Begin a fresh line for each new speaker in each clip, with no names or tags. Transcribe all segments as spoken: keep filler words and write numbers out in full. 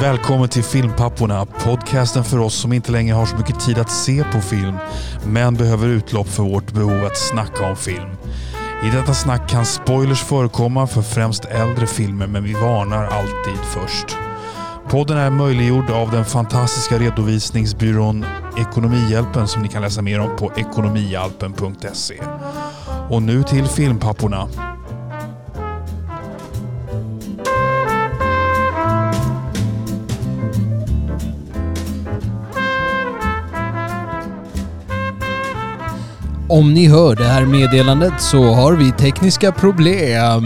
Välkommen till Filmpapporna, podcasten för oss som inte längre har så mycket tid att se på film, men behöver utlopp för vårt behov att snacka om film. I detta snack kan spoilers förekomma för främst äldre filmer, men vi varnar alltid först. Podden är möjliggjord av den fantastiska redovisningsbyrån Ekonomihjälpen som ni kan läsa mer om på ekonomihjälpen punkt se. Och nu till Filmpapporna.
Om ni hör det här meddelandet så har vi tekniska problem.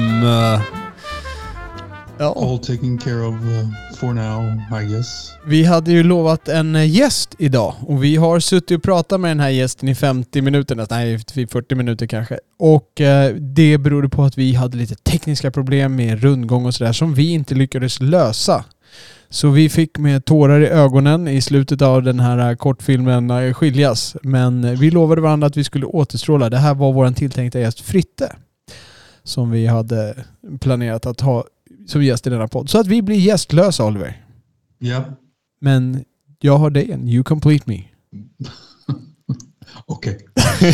Ja. All taken care of uh, for now, I guess.
Vi hade ju lovat en gäst idag och vi har suttit och pratat med den här gästen i femtio minuter, nej fyrtio minuter kanske. Och eh, det berodde på att vi hade lite tekniska problem med rundgång och sådär som vi inte lyckades lösa. Så vi fick med tårar i ögonen i slutet av den här kortfilmen skiljas. Men vi lovade varandra att vi skulle återstråla. Det här var vår tilltänkta gäst Fritte som vi hade planerat att ha som gäst i denna podd. Så att vi blir gästlösa, Oliver.
Ja. Yeah.
Men jag har dig en. You complete me.
Okej.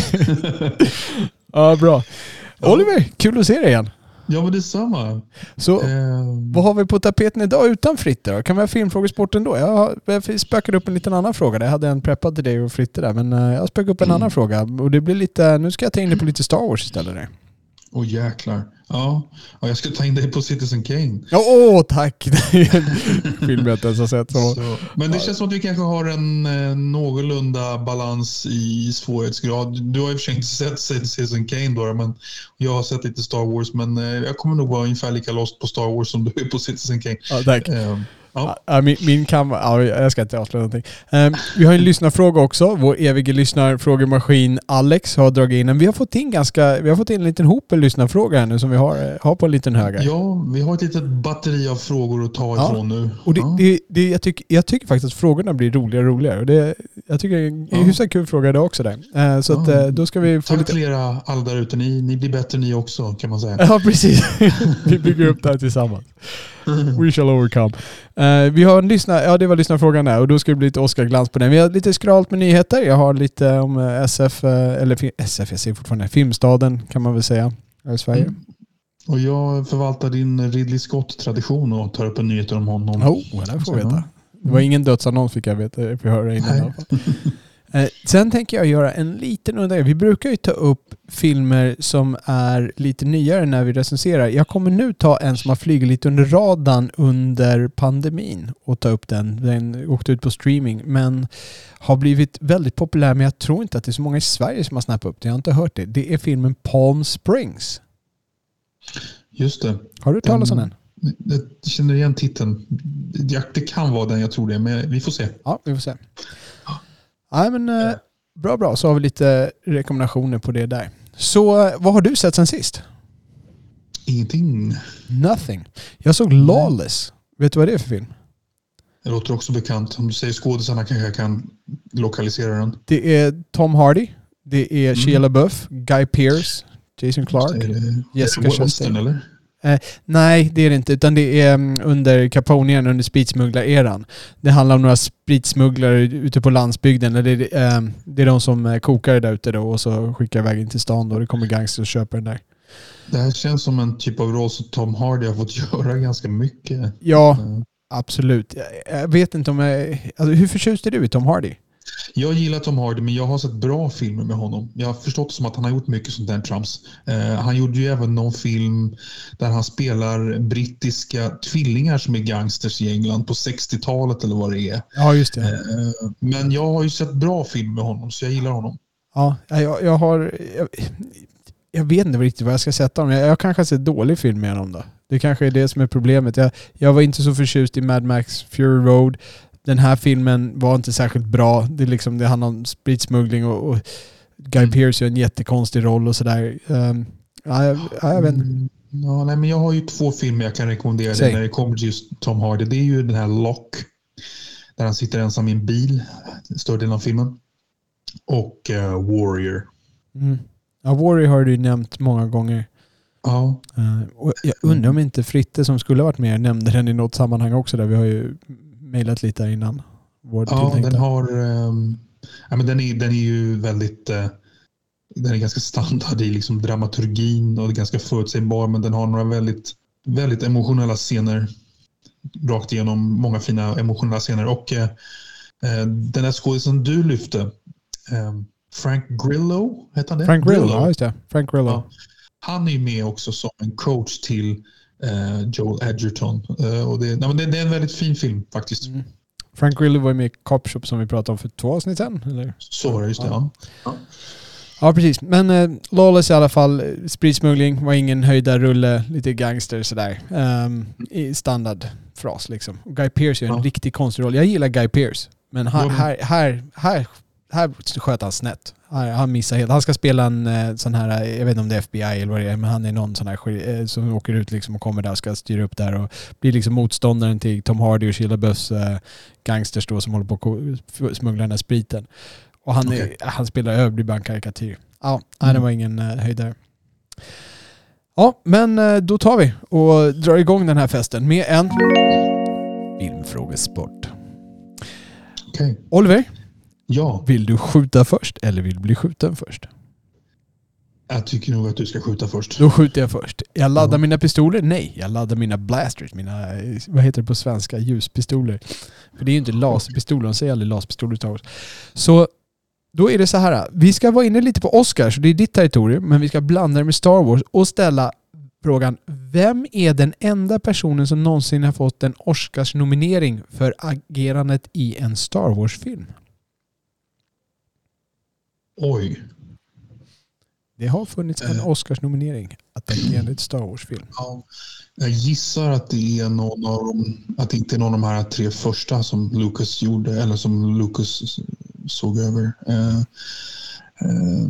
Ja, bra. Oliver, kul att se dig igen.
Ja, men det är samma.
Så um... vad har vi på tapeten idag utan Fritte då? Kan vi ha filmfrågesporten då? Jag, jag spökade upp en liten annan fråga. Jag hade en preppad till dig och Fritte där. Men uh, jag spökade upp en mm. annan fråga. Och det blir lite, nu ska jag ta in dig på lite Star Wars istället där.
Åh oh, jäklar. Ja. ja, jag ska ta in dig på Citizen Kane.
Åh, oh, tack. Film jag inte ens har sett. Så.
Så. Men det känns som att vi kanske har en eh, någorlunda balans i svårighetsgrad. Du har ju för sig inte sett Citizen Kane då, men jag har sett lite Star Wars. Men eh, jag kommer nog vara ungefär lika lost på Star Wars som du är på Citizen Kane.
Ja, tack.
Eh,
Ja. Ja, min, min kan ja, jag ska inte avslöja någonting. Um, vi har en lyssnarfråga också. Vår evige lyssnarfrågemaskin Alex har dragit in en. Vi har fått in ganska, vi har fått in en liten hop en lyssnarfråga här nu som vi har, har på en liten höger.
Ja, vi har ett litet batteri av frågor att ta ifrån ja. nu.
Och det,
ja.
det, det, jag, tycker, jag tycker faktiskt att frågorna blir roligare och roligare. Och det, jag tycker det är en ja. hyfsat kul fråga idag också där. Uh, så ja. att, uh, då ska vi få
Tack
lite...
till era alla där ute. Ni, ni blir bättre ni också, kan man säga.
Ja, precis. Vi bygger upp det här tillsammans. We shall overcome. Uh, vi har en lyssna, ja det var lyssnarfrågan där och då ska det bli lite Oscar-glans på den. Vi har lite skralt med nyheter. Jag har lite om S F, eller S F, jag säger fortfarande Filmstaden kan man väl säga här i Sverige. Mm.
Och jag förvaltar din Ridley Scott-tradition och tar upp en nyhet om honom.
Oh, det får jag veta. Det var ingen dödsannons fick jag veta, fick jag höra innan i alla fall. Eh, sen tänker jag göra en liten undring. Vi brukar ju ta upp filmer som är lite nyare när vi recenserar. Jag kommer nu ta en som har flugit lite under radarn under pandemin och ta upp den. Den åkte ut på streaming men har blivit väldigt populär, men jag tror inte att det är så många i Sverige som har snappat upp det. Jag har inte hört det. Det är filmen Palm Springs.
Just det.
Har du hört talas om den?
Jag känner igen titeln. Det kan vara den, jag tror det, men vi får se.
Ja, vi får se. Ja, men eh, bra, bra. Så har vi lite rekommendationer på det där. Så vad har du sett sen sist?
Ingenting.
Nothing. Jag såg Lawless. Vet du vad det är för film?
Det låter också bekant. Om du säger skådisarna kanske jag kan lokalisera den.
Det är Tom Hardy. Det är mm. Shia LaBeouf, Guy Pearce, Jason Clarke, Jessica Chastain. Eller? Eh, nej, det är det inte. Utan det är um, under Capone, under spritsmugglar-eran. Det handlar om några spritsmugglare ute på landsbygden. Det är, eh, det är de som eh, kokar där ute då och så skickar iväg in till stan då. Det kommer gangster och köper den där.
Det här känns som en typ av roll som Tom Hardy har fått göra ganska mycket.
Ja, mm. absolut. Jag, jag vet inte om jag... Alltså, hur förtjust är du i Tom Hardy?
Jag gillar Tom Hardy, men jag har sett bra filmer med honom. Jag har förstått som att han har gjort mycket sånt där trams. Eh, han gjorde ju även någon film där han spelar brittiska tvillingar som är gangsters i England på sextiotalet eller vad det är.
Ja, just det.
Eh, men jag har ju sett bra film med honom, så jag gillar honom.
Ja, jag, jag har... Jag, jag vet inte riktigt vad jag ska sätta honom. Jag, jag kanske har sett dålig film med honom då. Det kanske är det som är problemet. Jag, jag var inte så förtjust i Mad Max Fury Road. Den här filmen var inte särskilt bra. Det, liksom, det handlar om spritsmuggling och, och Guy mm. Pearce gör en jättekonstig roll och sådär. Um, ja, jag, ja, jag vet inte.
Mm, ja, nej, men jag har ju två filmer jag kan rekommendera dig när det kommer till just Tom Hardy. Det är ju den här Lock där han sitter ensam i en bil, större delen av filmen. Och uh, Warrior.
Mm. Ja, Warrior har du nämnt många gånger.
Ja.
Uh, och jag undrar om inte Fritte som skulle ha varit med nämnde den i något sammanhang också där. Vi har ju mejlat lite här innan. Vår
ja,
tilltänkta.
den har... Um, ja, men den, är, den är ju väldigt... Uh, den är ganska standard i liksom dramaturgin och det är ganska förutsägbar, men den har några väldigt, väldigt emotionella scener rakt igenom, många fina emotionella scener. Och uh, den där skådespelaren du lyfte, um, Frank Grillo, heter han det?
Frank Grillo, ja just det. Frank Grillo.
Ja. Han är ju med också som en coach till uh, Joel Edgerton. Uh, och det, nej, men det, det är en väldigt fin film faktiskt. Mm.
Frank Grillo var ju med i Cop Shop som vi pratade om för två avsnitt sedan, eller?
Så var det, just det. Ja,
ja. ja precis. Men uh, Lawless i alla fall, spritsmuggling var ingen höjda rulle, lite gangster sådär. Um, i standardfras liksom. Och Guy Pearce är en ja. riktigt konstig roll. Jag gillar Guy Pearce, men här, här, här, här, här sköt han snett. Han missar helt. Han ska spela en eh, sån här, jag vet inte om det är F B I eller vad det är, men han är någon sån här eh, som åker ut liksom och kommer där och ska styra upp där och blir liksom motståndaren till Tom Hardy och Shia LaBeoufs eh, gangsters då som håller på att smuggla den här spriten. Och han, okay. är, han spelar övrig bankkarikatyr. Ja, mm. det var ingen eh, höjdare. Ja, men eh, då tar vi och drar igång den här festen med en filmfrågesport.
Okej. Okay.
Oliver?
Ja.
Vill du skjuta först eller vill du bli skjuten först?
Jag tycker nog att du ska skjuta först.
Då skjuter jag först. Jag laddar ja. mina pistoler? Nej, jag laddar mina blasters. Mina, vad heter det på svenska? Ljuspistoler. För det är ju inte laserpistoler. De säger aldrig laserpistoler. Så då är det så här. Vi ska vara inne lite på Oscar, så det är ditt territorium. Men vi ska blanda det med Star Wars och ställa frågan: vem är den enda personen som någonsin har fått en Oscars-nominering för agerandet i en Star Wars-film?
Oj.
Det har funnits en Oscars-nominering att agera enligt Star Wars-film.
Ja, jag gissar att det är någon av dem, att det inte är någon av de här tre första som Lucas gjorde eller som Lucas såg över. Uh, uh,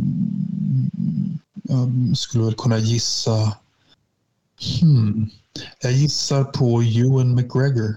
jag skulle väl kunna gissa hmm, jag gissar på Ewan McGregor.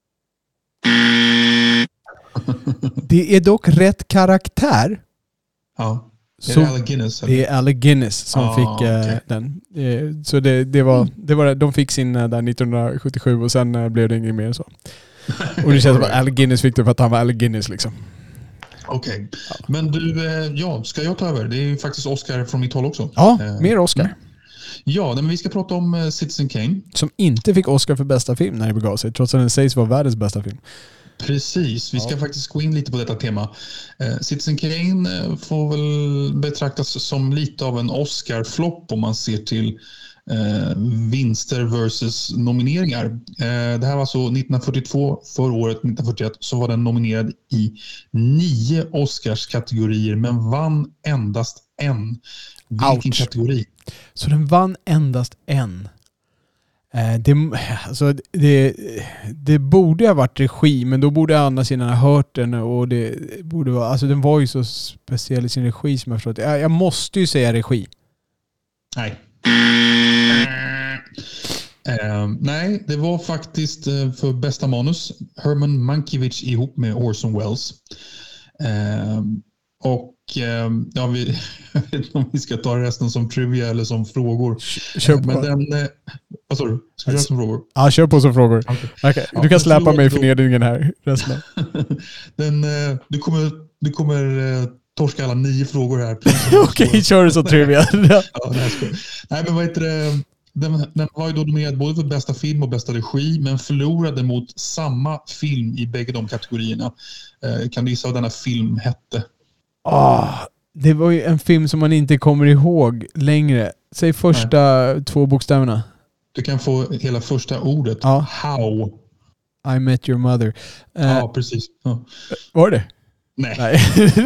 Det är dock rätt karaktär.
Ja. Är
så
det Alec Guinness? Eller?
Det är Alec Guinness som
ah,
fick
okay.
uh, den. Uh, så det, det, var, det var de fick sin uh, där nittonhundrasjuttiosju och sen uh, blev det inget mer så. Och det känns som att Alec Guinness fick det för att han var Alec Guinness liksom.
Okej. Okay. Ja. Men du, uh, ja, ska jag ta över? Det är ju faktiskt Oscar från mitt håll också.
Ja, uh, mer Oscar. Mm.
Ja, men vi ska prata om uh, Citizen Kane.
Som inte fick Oscar för bästa film när det begav sig, trots att den sägs vara världens bästa film.
Precis, vi ska ja. faktiskt gå in lite på detta tema. Eh, Citizen Kane eh, får väl betraktas som lite av en Oscar-flopp om man ser till eh, vinster versus nomineringar. Eh, det här var alltså nittonhundrafyrtiotvå, för året nittonhundrafyrtioett så var den nominerad i nio Oscars-kategorier men vann endast en. Vilken Ouch. kategori?
Så den vann endast en. Det, alltså det, det borde ha varit regi, men då borde andra sidan ha hört den och det borde vara, alltså den var ju så speciell i sin regi som jag förstått. Jag, jag måste ju säga regi.
Nej. Uh, nej, det var faktiskt uh, för bästa manus Herman Mankiewicz ihop med Orson Welles. Uh, och uh, ja, vi, jag vet inte om vi ska ta resten som trivia eller som frågor.
Kör på.
Men den, uh, vad sa du? Ska vi köra som frågor?
Ja, kör på som frågor. Okay. Okay. Du ja, kan släppa mig för nedringen här. Resten.
den, uh, du kommer, du kommer uh, torska alla nio frågor här.
Okej, okay, kör det som trivia.
ja, nej, nej, men vad heter det? Den, den var ju då nominerad både för bästa film och bästa regi, men förlorade mot samma film i bägge de kategorierna. Uh, kan du gissa vad denna film hette?
Oh, det var ju en film som man inte kommer ihåg längre. Säg första Nej. två bokstäverna.
Du kan få hela första ordet.
Ja.
How.
I met your mother. Uh,
ja, precis. Ja.
Var det?
Nej.
Nej.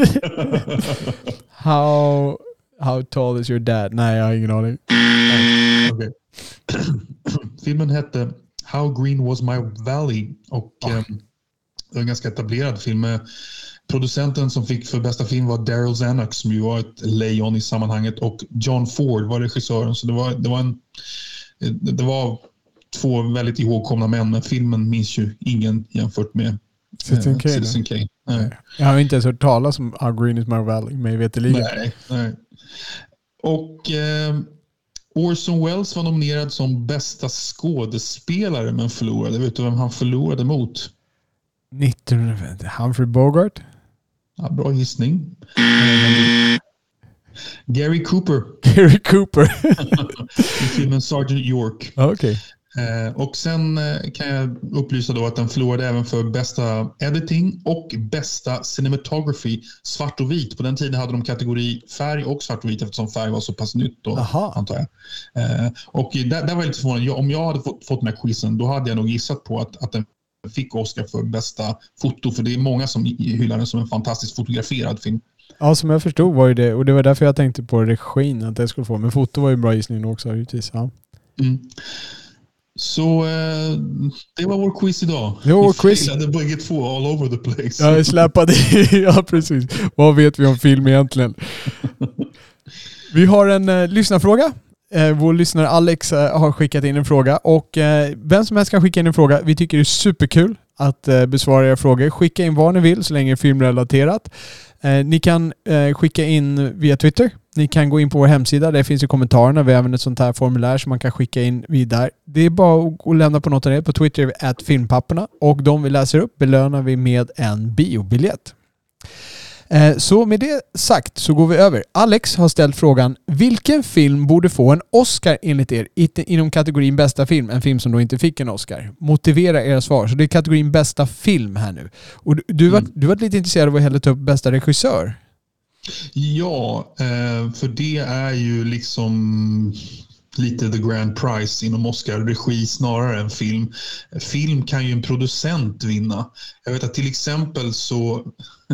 how, how tall is your dad? Nej, jag har ingen aning.
Okay. Filmen hette How Green Was My Valley och oh. um, det var en ganska etablerad film. Producenten som fick för bästa film var Daryl Zanuck som ju var ett lejon i sammanhanget och John Ford var regissören. Så det var, det var, en, det var två väldigt ihågkomna män, men filmen minns ju ingen jämfört med
Citizen
eh,
Kane.
Citizen Kane. Nej.
Jag har inte ens hört talas om How Green Is My Valley, mig veterligen.
Nej, nej. Och eh, Orson Welles var nominerad som bästa skådespelare men förlorade. Vet du vem han förlorade mot?
nittonhundrafemtio. Humphrey Bogart?
Ja, bra gissning. Eh, Gary Cooper.
Gary Cooper.
I filmen Sergeant York.
Okej. Okay.
Eh, och sen eh, kan jag upplysa då att den förlorade även för bästa editing och bästa cinematography, svart och vit. På den tiden hade de kategori färg och svart och vit eftersom färg var så pass nytt då, antar jag. Eh, och där, där var jag lite förvånad. Jag, om jag hade fått, fått den här quizen, då hade jag nog gissat på att, att den fick Oscar för bästa foto. För det är många som hyllar den som en fantastiskt fotograferad film.
Ja, som jag förstod var ju det. Och det var därför jag tänkte på regin att det skulle få. Men foto var ju en bra gissning också, givetvis. Ja.
Mm. Så eh, det var vår quiz idag.
Det var vår
vi
quiz.
failade bägge två all over the place.
Ja, jag släppade. Ja, precis. Vad vet vi om film egentligen? Vi har en eh, lyssnarfråga. Eh, vår lyssnare Alex eh, har skickat in en fråga. Och eh, vem som helst kan skicka in en fråga. Vi tycker det är superkul att eh, besvara era frågor. Skicka in vad ni vill så länge det är filmrelaterat. Eh, ni kan eh, skicka in via Twitter. Ni kan gå in på vår hemsida. Där finns i kommentarerna. Vi har även ett sånt här formulär som man kan skicka in vidare. Det är bara att gå och lämna på något av det. På Twitter är vi at filmpapporna. Och de vi läser upp belönar vi med en biobiljett. Eh, så med det sagt så går vi över. Alex har ställt frågan: vilken film borde få en Oscar enligt er inom kategorin bästa film? En film som då inte fick en Oscar. Motivera era svar. Så det är kategorin bästa film här nu. Och du, du, var, du var lite intresserad av att hellre ta upp bästa regissör.
Ja, för det är ju liksom lite the grand prize inom Oscar-regi snarare än film. Film kan ju en producent vinna. Jag vet att till exempel så,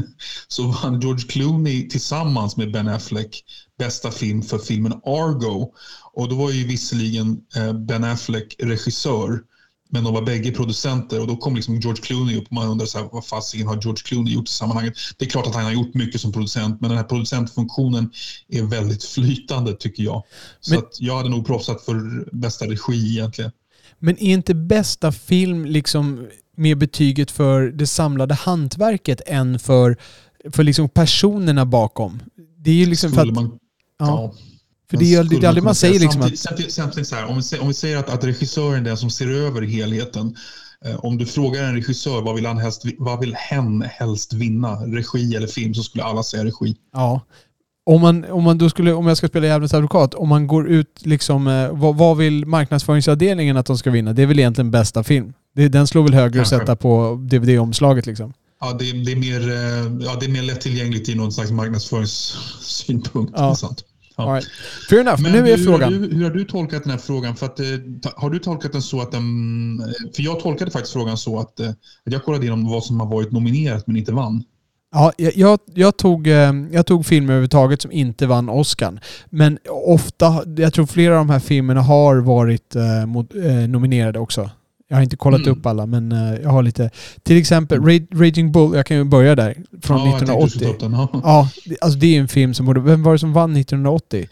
så vann George Clooney tillsammans med Ben Affleck bästa film för filmen Argo. Och då var ju visserligen Ben Affleck regissör, men de var bägge producenter och då kom liksom George Clooney upp och man undrar så här, vad fasiken har George Clooney gjort i sammanhanget? Det är klart att han har gjort mycket som producent, men den här producentfunktionen är väldigt flytande tycker jag. Så men, att jag hade nog propsat för bästa regi egentligen.
Men är inte bästa film liksom med betyget för det samlade hantverket än för, för liksom personerna bakom? Det är ju liksom för att,
man, ja.
ja. För det är aldrig, det aldrig man säger liksom
samtidigt, samtidigt, samtidigt så här, om vi säger, om vi säger att, att regissören är den som ser över helheten. Eh, om du frågar en regissör vad vill han helst, vad vill hen helst vinna, regi eller film, så skulle alla säga regi.
Ja. Om man, om man då skulle, om jag ska spela djävulens advokat, om man går ut liksom, eh, vad, vad vill marknadsföringsavdelningen att de ska vinna? Det är väl egentligen bästa film. Det, den slår väl högre att sätta på D V D-omslaget liksom.
Ja, det, det, är mer, ja, det är mer lättillgängligt i någon slags marknadsföringssynpunkt.
Ja.
Sant. Ja.
Right. Fair enough, men, men nu är
hur,
frågan.
Hur, hur har du tolkat den här frågan? För att, har du tolkat den så att den... För jag tolkade faktiskt frågan så att, att jag kollade igenom vad som har varit nominerat men inte vann.
Ja, jag, jag, tog, jag tog filmer överhuvudtaget som inte vann Oscar. Men ofta, jag tror flera av de här filmerna har varit eh, mot, eh, nominerade också. Jag har inte kollat mm. upp alla, men uh, jag har lite... Till exempel Raging Bull, jag kan ju börja där, från
ja,
nittonhundraåttio.
Den, ja.
ja, alltså det är en film som borde... Vem var det som vann nittonhundraåttio?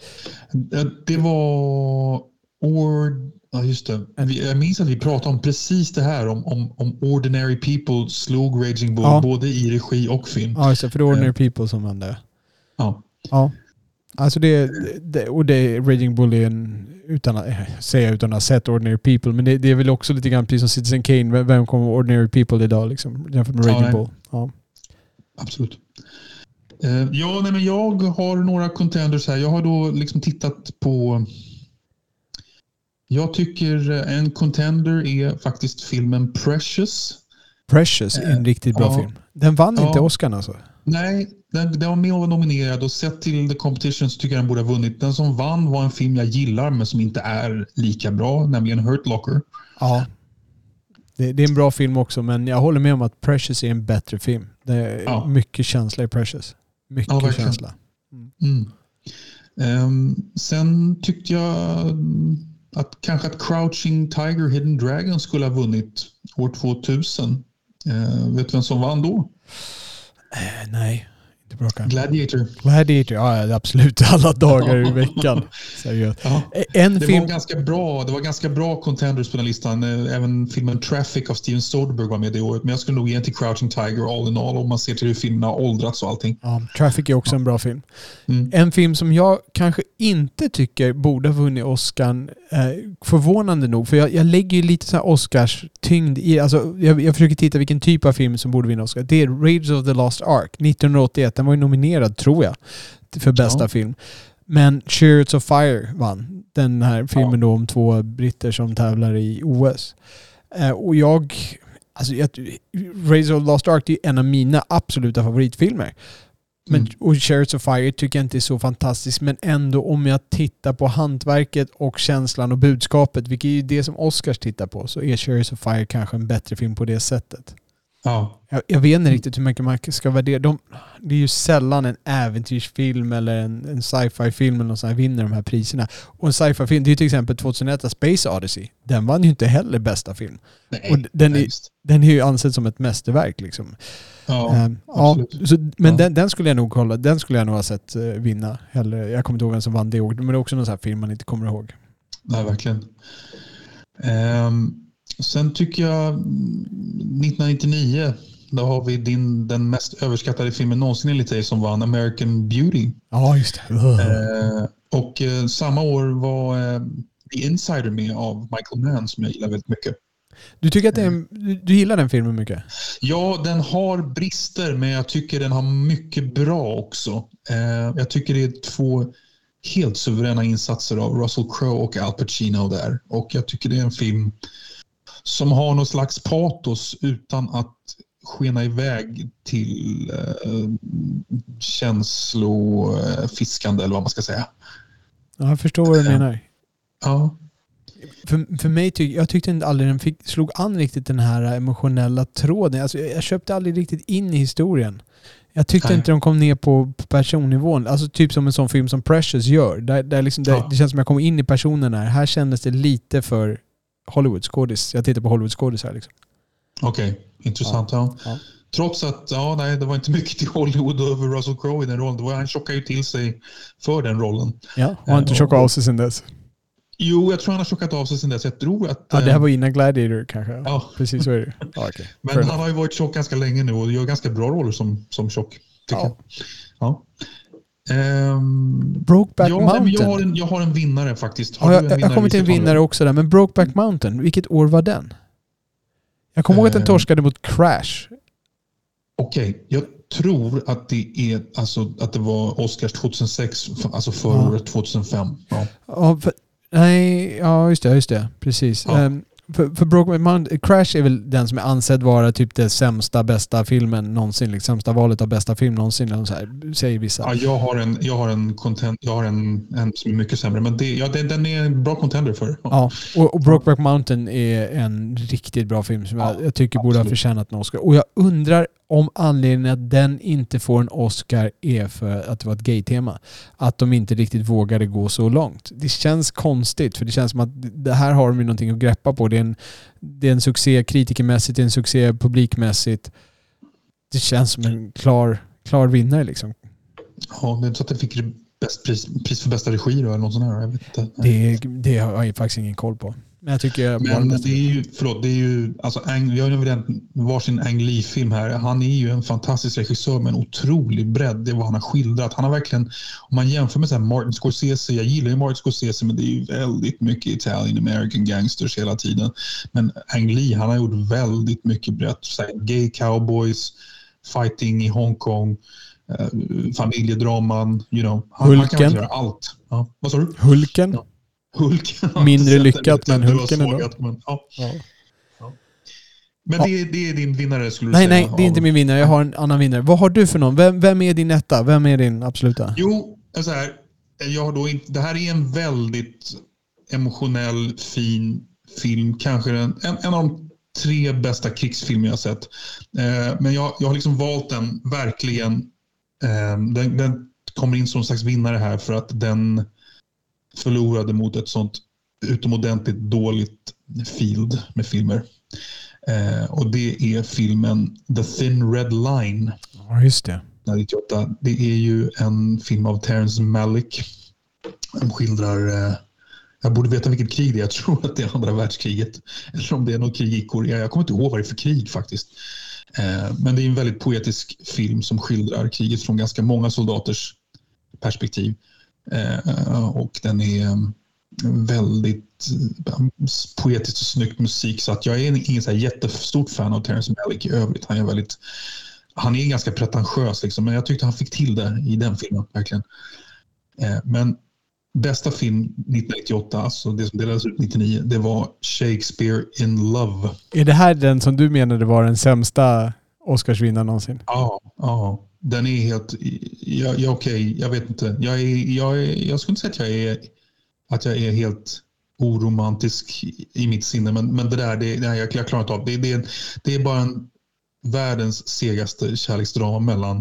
Det var... Or, ja, just det. Jag minns att vi pratade om precis det här, om, om, om Ordinary People slog Raging Bull, ja. både i regi och film.
Ja, just det, för det är Ordinary uh, People som vann det.
Ja.
Ja. Alltså det, det, och det Raging Bull är en, utan att säga utan att ha sett Ordinary People, men det, det är väl också lite grann precis som Citizen Kane, vem kommer Ordinary People idag liksom, jämfört med Raging ja, Bull. Ja.
Absolut. Uh, ja, nej, men jag har några contenders här. Jag har då liksom tittat på... Jag tycker en contender är faktiskt filmen Precious.
Precious är en uh, riktigt bra uh, film. Den vann uh, inte Oscar alltså.
Nej, den, den var med och var nominerad, och sett till The Competition så tycker jag den borde ha vunnit. Den som vann var en film jag gillar men som inte är lika bra, nämligen Hurt Locker. Ja,
det, det är en bra film också, men jag håller med om att Precious är en bättre film. Det är ja. mycket känsla i Precious. Mycket ja, känsla.
Mm. Mm. Um, sen tyckte jag att kanske att Crouching Tiger, Hidden Dragon skulle ha vunnit år tvåtusen. Uh, vet du vem som vann då?
Uh, nej,
Gladiator.
Gladiator, ja absolut. Alla dagar i veckan. Seriöst.
Ja.
En
det,
film...
var ganska bra, det var ganska bra contenders på den listan. Även filmen Traffic av Steven Soderbergh var med det året. Men jag skulle nog ge till Crouching Tiger all in all om man ser till hur filmerna har åldrats och allting.
Ja, Traffic är också ja. en bra film.
Mm.
En film som jag kanske inte tycker borde ha vunnit Oscar, eh, förvånande nog. För jag, jag lägger ju lite så här Oscars-tyngd i... Alltså, jag, jag försöker titta vilken typ av film som borde vinna Oscar. Det är Raiders of the Lost Ark, nittonhundraåttioett. Den var ju nominerad, tror jag, för bästa ja. film. Men Chariots of Fire vann. Den här filmen ja. då om två britter som tävlar i O S. Eh, och jag... Alltså, jag, Raiders of the Lost Ark är en av mina absoluta favoritfilmer. Men, mm. Och Chariots of Fire tycker jag inte är så fantastiskt, men ändå om jag tittar på hantverket och känslan och budskapet, vilket är ju det som Oscars tittar på, så är Chariots of Fire kanske en bättre film på det sättet.
Ja.
Jag, jag vet inte riktigt hur mycket man ska värdera. De, det är ju sällan en äventyrsfilm eller en, en sci-fi-film eller något sånt här vinner de här priserna. Och en sci-fi-film, det är ju till exempel tjugohundraett Space Odyssey. Den vann ju inte heller bästa film.
Nej,
och den, är,
just.
den är ju ansedd som ett mästerverk liksom.
Ja,
um, ja, så, men
ja.
Den, den skulle jag nog kolla. Den skulle jag nog ha sett uh, vinna. Eller, jag kommer inte ihåg vem som vann det året. Men det är också någon sån här film man inte kommer ihåg.
Nej, verkligen. Um, sen tycker jag nittonhundranittionio, då har vi din, den mest överskattade filmen någonsin enligt dig som vann, American Beauty.
Ja, just det. Uh.
Uh, och uh, samma år var uh, The Insider med av Michael Mann som jag gillar väldigt mycket.
Du tycker att det är en, du, du gillar den filmen mycket?
Ja, den har brister, men jag tycker den har mycket bra också. Eh, jag tycker det är två helt suveräna insatser av Russell Crowe och Al Pacino där. Och jag tycker det är en film som har någon slags patos utan att skena iväg till eh, känslofiskande eller vad man ska säga.
Ja, jag förstår vad du menar.
Ja.
För, för mig tyck, jag tyckte inte aldrig den fick, slog an riktigt den här emotionella tråden. Alltså, jag, jag köpte aldrig riktigt in i historien. Jag tyckte Nej. inte de kom ner på, på personnivån. Alltså typ som en sån film som Precious gör. Där, där liksom, där, ja. Det känns som jag kom in i personen här. Här kändes det lite för Hollywood-skådis. Jag tittar på Hollywood-skådis här liksom.
Okej, okay. Intressant. Ja. Ja. Trots att ja, nej, det var inte mycket till Hollywood över Russell Crowe i den rollen. Det var, han tjockade ju till sig för den rollen.
Ja, och han inte tjockat av sig sen dess.
Jo, jag tror han har tjockat av sig sen dess. Jag tror att...
Ja, det här var innan Gladiator kanske.
Ja.
Precis så är det. Ja, okay.
Men Fair han enough. har ju varit tjock ganska länge nu och gör ganska bra roller som, som tjock.
Ja.
Ja. Um,
Brokeback
ja,
Mountain.
Jag har, en, jag har en vinnare faktiskt.
Har ja, jag jag kommer till en vinnare också där. Men Brokeback Mountain, vilket år var den? Jag kommer ihåg att den torskade mot Crash.
Okej, okay. Jag tror att det är alltså att det var Oscars tjugohundrasex, alltså förra
ja.
året tjugohundrafem. Ja.
Ja, för, nej, ja just det, just det. Precis. Ja. Um, för, för Brokeback Mountain, Crash är väl den som är ansedd vara typ det sämsta, bästa filmen någonsin. Liksom, sämsta valet av bästa film någonsin. Eller så här, säger vissa.
Ja, jag har en, jag har en, content, jag har en, en som är mycket sämre. Men det, ja, det, den är en bra contender för. Ja,
ja och, och Brokeback Mountain är en riktigt bra film som ja, jag, jag tycker absolut. borde ha förtjänat en Oscar. Och jag undrar om anledningen att den inte får en Oscar är för att det var ett gay-tema. Att de inte riktigt vågade gå så långt. Det känns konstigt, för det känns som att det här har de ju någonting att greppa på. Det är en, det är en succé kritikermässigt, det är en succé publikmässigt. Det känns som en klar, klar vinnare liksom.
Ja, det är så att det fick bäst pris, pris för bästa regi då, eller något sånt här. Jag vet inte.
Det, det har jag faktiskt ingen koll på. Men jag tycker
men det är ju, förlåt, det är ju, alltså, vi har ju redan varsin Ang Lee-film här. Han är ju en fantastisk regissör med en otrolig bredd. Det är vad han har skildrat. Han har verkligen, om man jämför med så här Martin Scorsese, jag gillar ju Martin Scorsese, men det är ju väldigt mycket Italian American gangsters hela tiden. Men Ang Lee, han har gjort väldigt mycket brett. Så här, gay cowboys, fighting i Hongkong, eh, familjedraman, you know. Han,
Hulken.
han kan göra allt. Ja. Vad sa du?
Hulken.
Ja. Hulken.
Mindre lyckat, men Hulken är bra.
Men, ja.
Ja.
Ja. men det, det är din vinnare skulle du
nej,
säga?
Nej, nej, det är inte min vinnare. Jag har en annan vinnare. Vad har du för någon? Vem, vem är din etta? Vem är din absoluta?
Jo, så här, jag har då inte, det här är en väldigt emotionell, fin film. Kanske en, en, en av de tre bästa krigsfilmer jag har sett. Eh, men jag, jag har liksom valt den verkligen. Eh, den, den kommer in som en slags vinnare här för att den förlorade mot ett sånt utomordentligt dåligt field med filmer. Eh, och det är filmen The Thin Red Line.
Ja, just det.
nittonhundranittioåtta. Det är ju en film av Terrence Malick. De skildrar... Eh, jag borde veta vilket krig det är. Jag tror att det är andra världskriget. Eller om det är något krig i Korea. Jag kommer inte ihåg vad det är för krig faktiskt. Eh, men det är en väldigt poetisk film som skildrar kriget från ganska många soldaters perspektiv. Eh, och den är väldigt poetiskt och snyggt musik, så att jag är ingen så här jättestort fan av Terrence Malick i övrigt. Han är väldigt, han är ganska pretentiös liksom, men jag tyckte han fick till det i den filmen verkligen. Eh, men bästa film nittonhundranittioåtta, alltså det som delades ut nittionio, det var Shakespeare in Love.
Är det här den som du menade var den sämsta Oscarsvinnaren någonsin?
Ja, ja. Den är helt... Jag, jag, okej, jag vet inte. Jag, är, jag, är, jag skulle inte säga att jag är, att jag är helt oromantisk i mitt sinne, men, men det där, det, nej, jag, jag klarar inte av. Det, det, det är bara en världens segaste kärleksdrama mellan...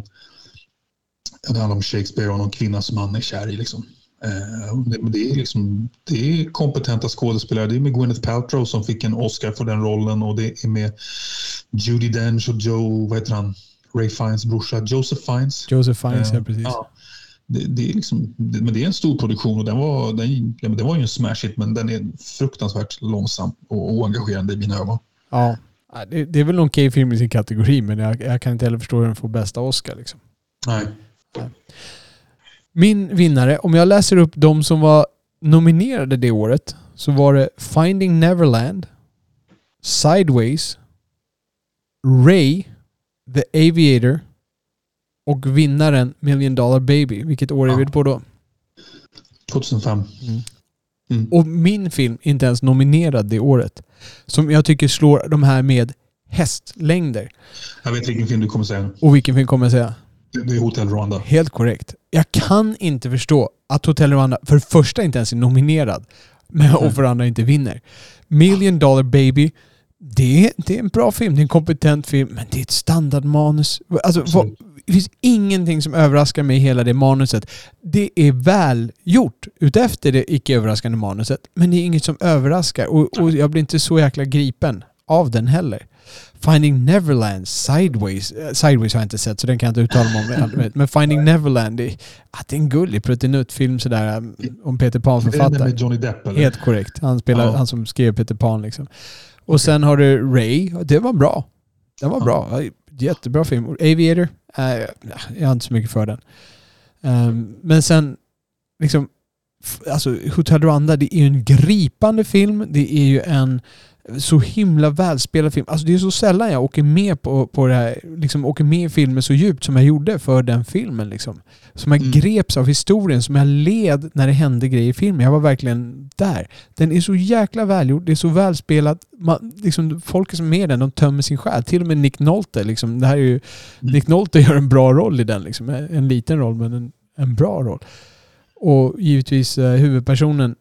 Det handlar om Shakespeare och någon kvinna som han är kär i. Liksom. Eh, det, det, är liksom, det är kompetenta skådespelare. Det är med Gwyneth Paltrow som fick en Oscar för den rollen, och det är med Judi Dench och Joe... Vad heter han? Ray Fiennes brorsa, Joseph Fiennes.
Joseph Fiennes,
uh,
ja, precis.
Ja, det, det är liksom, det, men det är en stor produktion, och den var, den, ja, det var ju en smash hit, men den är fruktansvärt långsam och oengagerande i mina ögon.
Ja, det, det är väl någon okej film i sin kategori, men jag, jag kan inte heller förstå hur den får bästa Oscar. Liksom.
Nej.
Nej. Min vinnare, om jag läser upp de som var nominerade det året, så var det Finding Neverland, Sideways, Ray, The Aviator och vinnaren Million Dollar Baby. Vilket år är
ja.
vi på då?
tjugohundrafem.
Mm.
Mm.
Och min film är inte ens nominerad det året. Som jag tycker slår de här med hästlängder.
Jag vet vilken film du kommer säga.
Och vilken film kommer jag säga?
Det är Hotel Rwanda.
Helt korrekt. Jag kan inte förstå att Hotel Rwanda för det första inte ens är nominerad, men och för andra inte vinner. Million Dollar Baby, det är, det är en bra film, det är en kompetent film, men det är ett standardmanus. Alltså, vad, det finns ingenting som överraskar mig i hela det manuset. Det är väl gjort utefter det icke-överraskande manuset, men det är inget som överraskar, och, och jag blir inte så jäkla gripen av den heller. Finding Neverland, Sideways. Sideways har jag inte sett, så den kan jag inte uttala mig om. Men Finding Neverland, det är, att det är en gullig pruttinutt-film sådär, om Peter Pan författare.
Med Johnny Depp, eller?
Helt korrekt. Han spelar, ja. Han som skrev Peter Pan liksom. Och okay. Sen har du Ray. Det var bra. Den var ja. bra. Jättebra film. Aviator, äh, jag har inte så mycket för den. Um, men sen liksom, alltså Hotel Rwanda, det är ju en gripande film. Det är ju en så himla välspelad film. Alltså det är så sällan jag åker med på, på det här, liksom åker med i filmen så djupt som jag gjorde för den filmen liksom. Som jag mm. greps av historien, som jag led när det hände grejer i filmen. Jag var verkligen där. Den är så jäkla välgjord, det är så välspelat. Man, liksom, folk som är med den, de tömmer sin själ. Till och med Nick Nolte liksom. Det här är ju, mm. Nick Nolte gör en bra roll i den liksom. En liten roll, men en, en bra roll. Och givetvis uh, huvudpersonen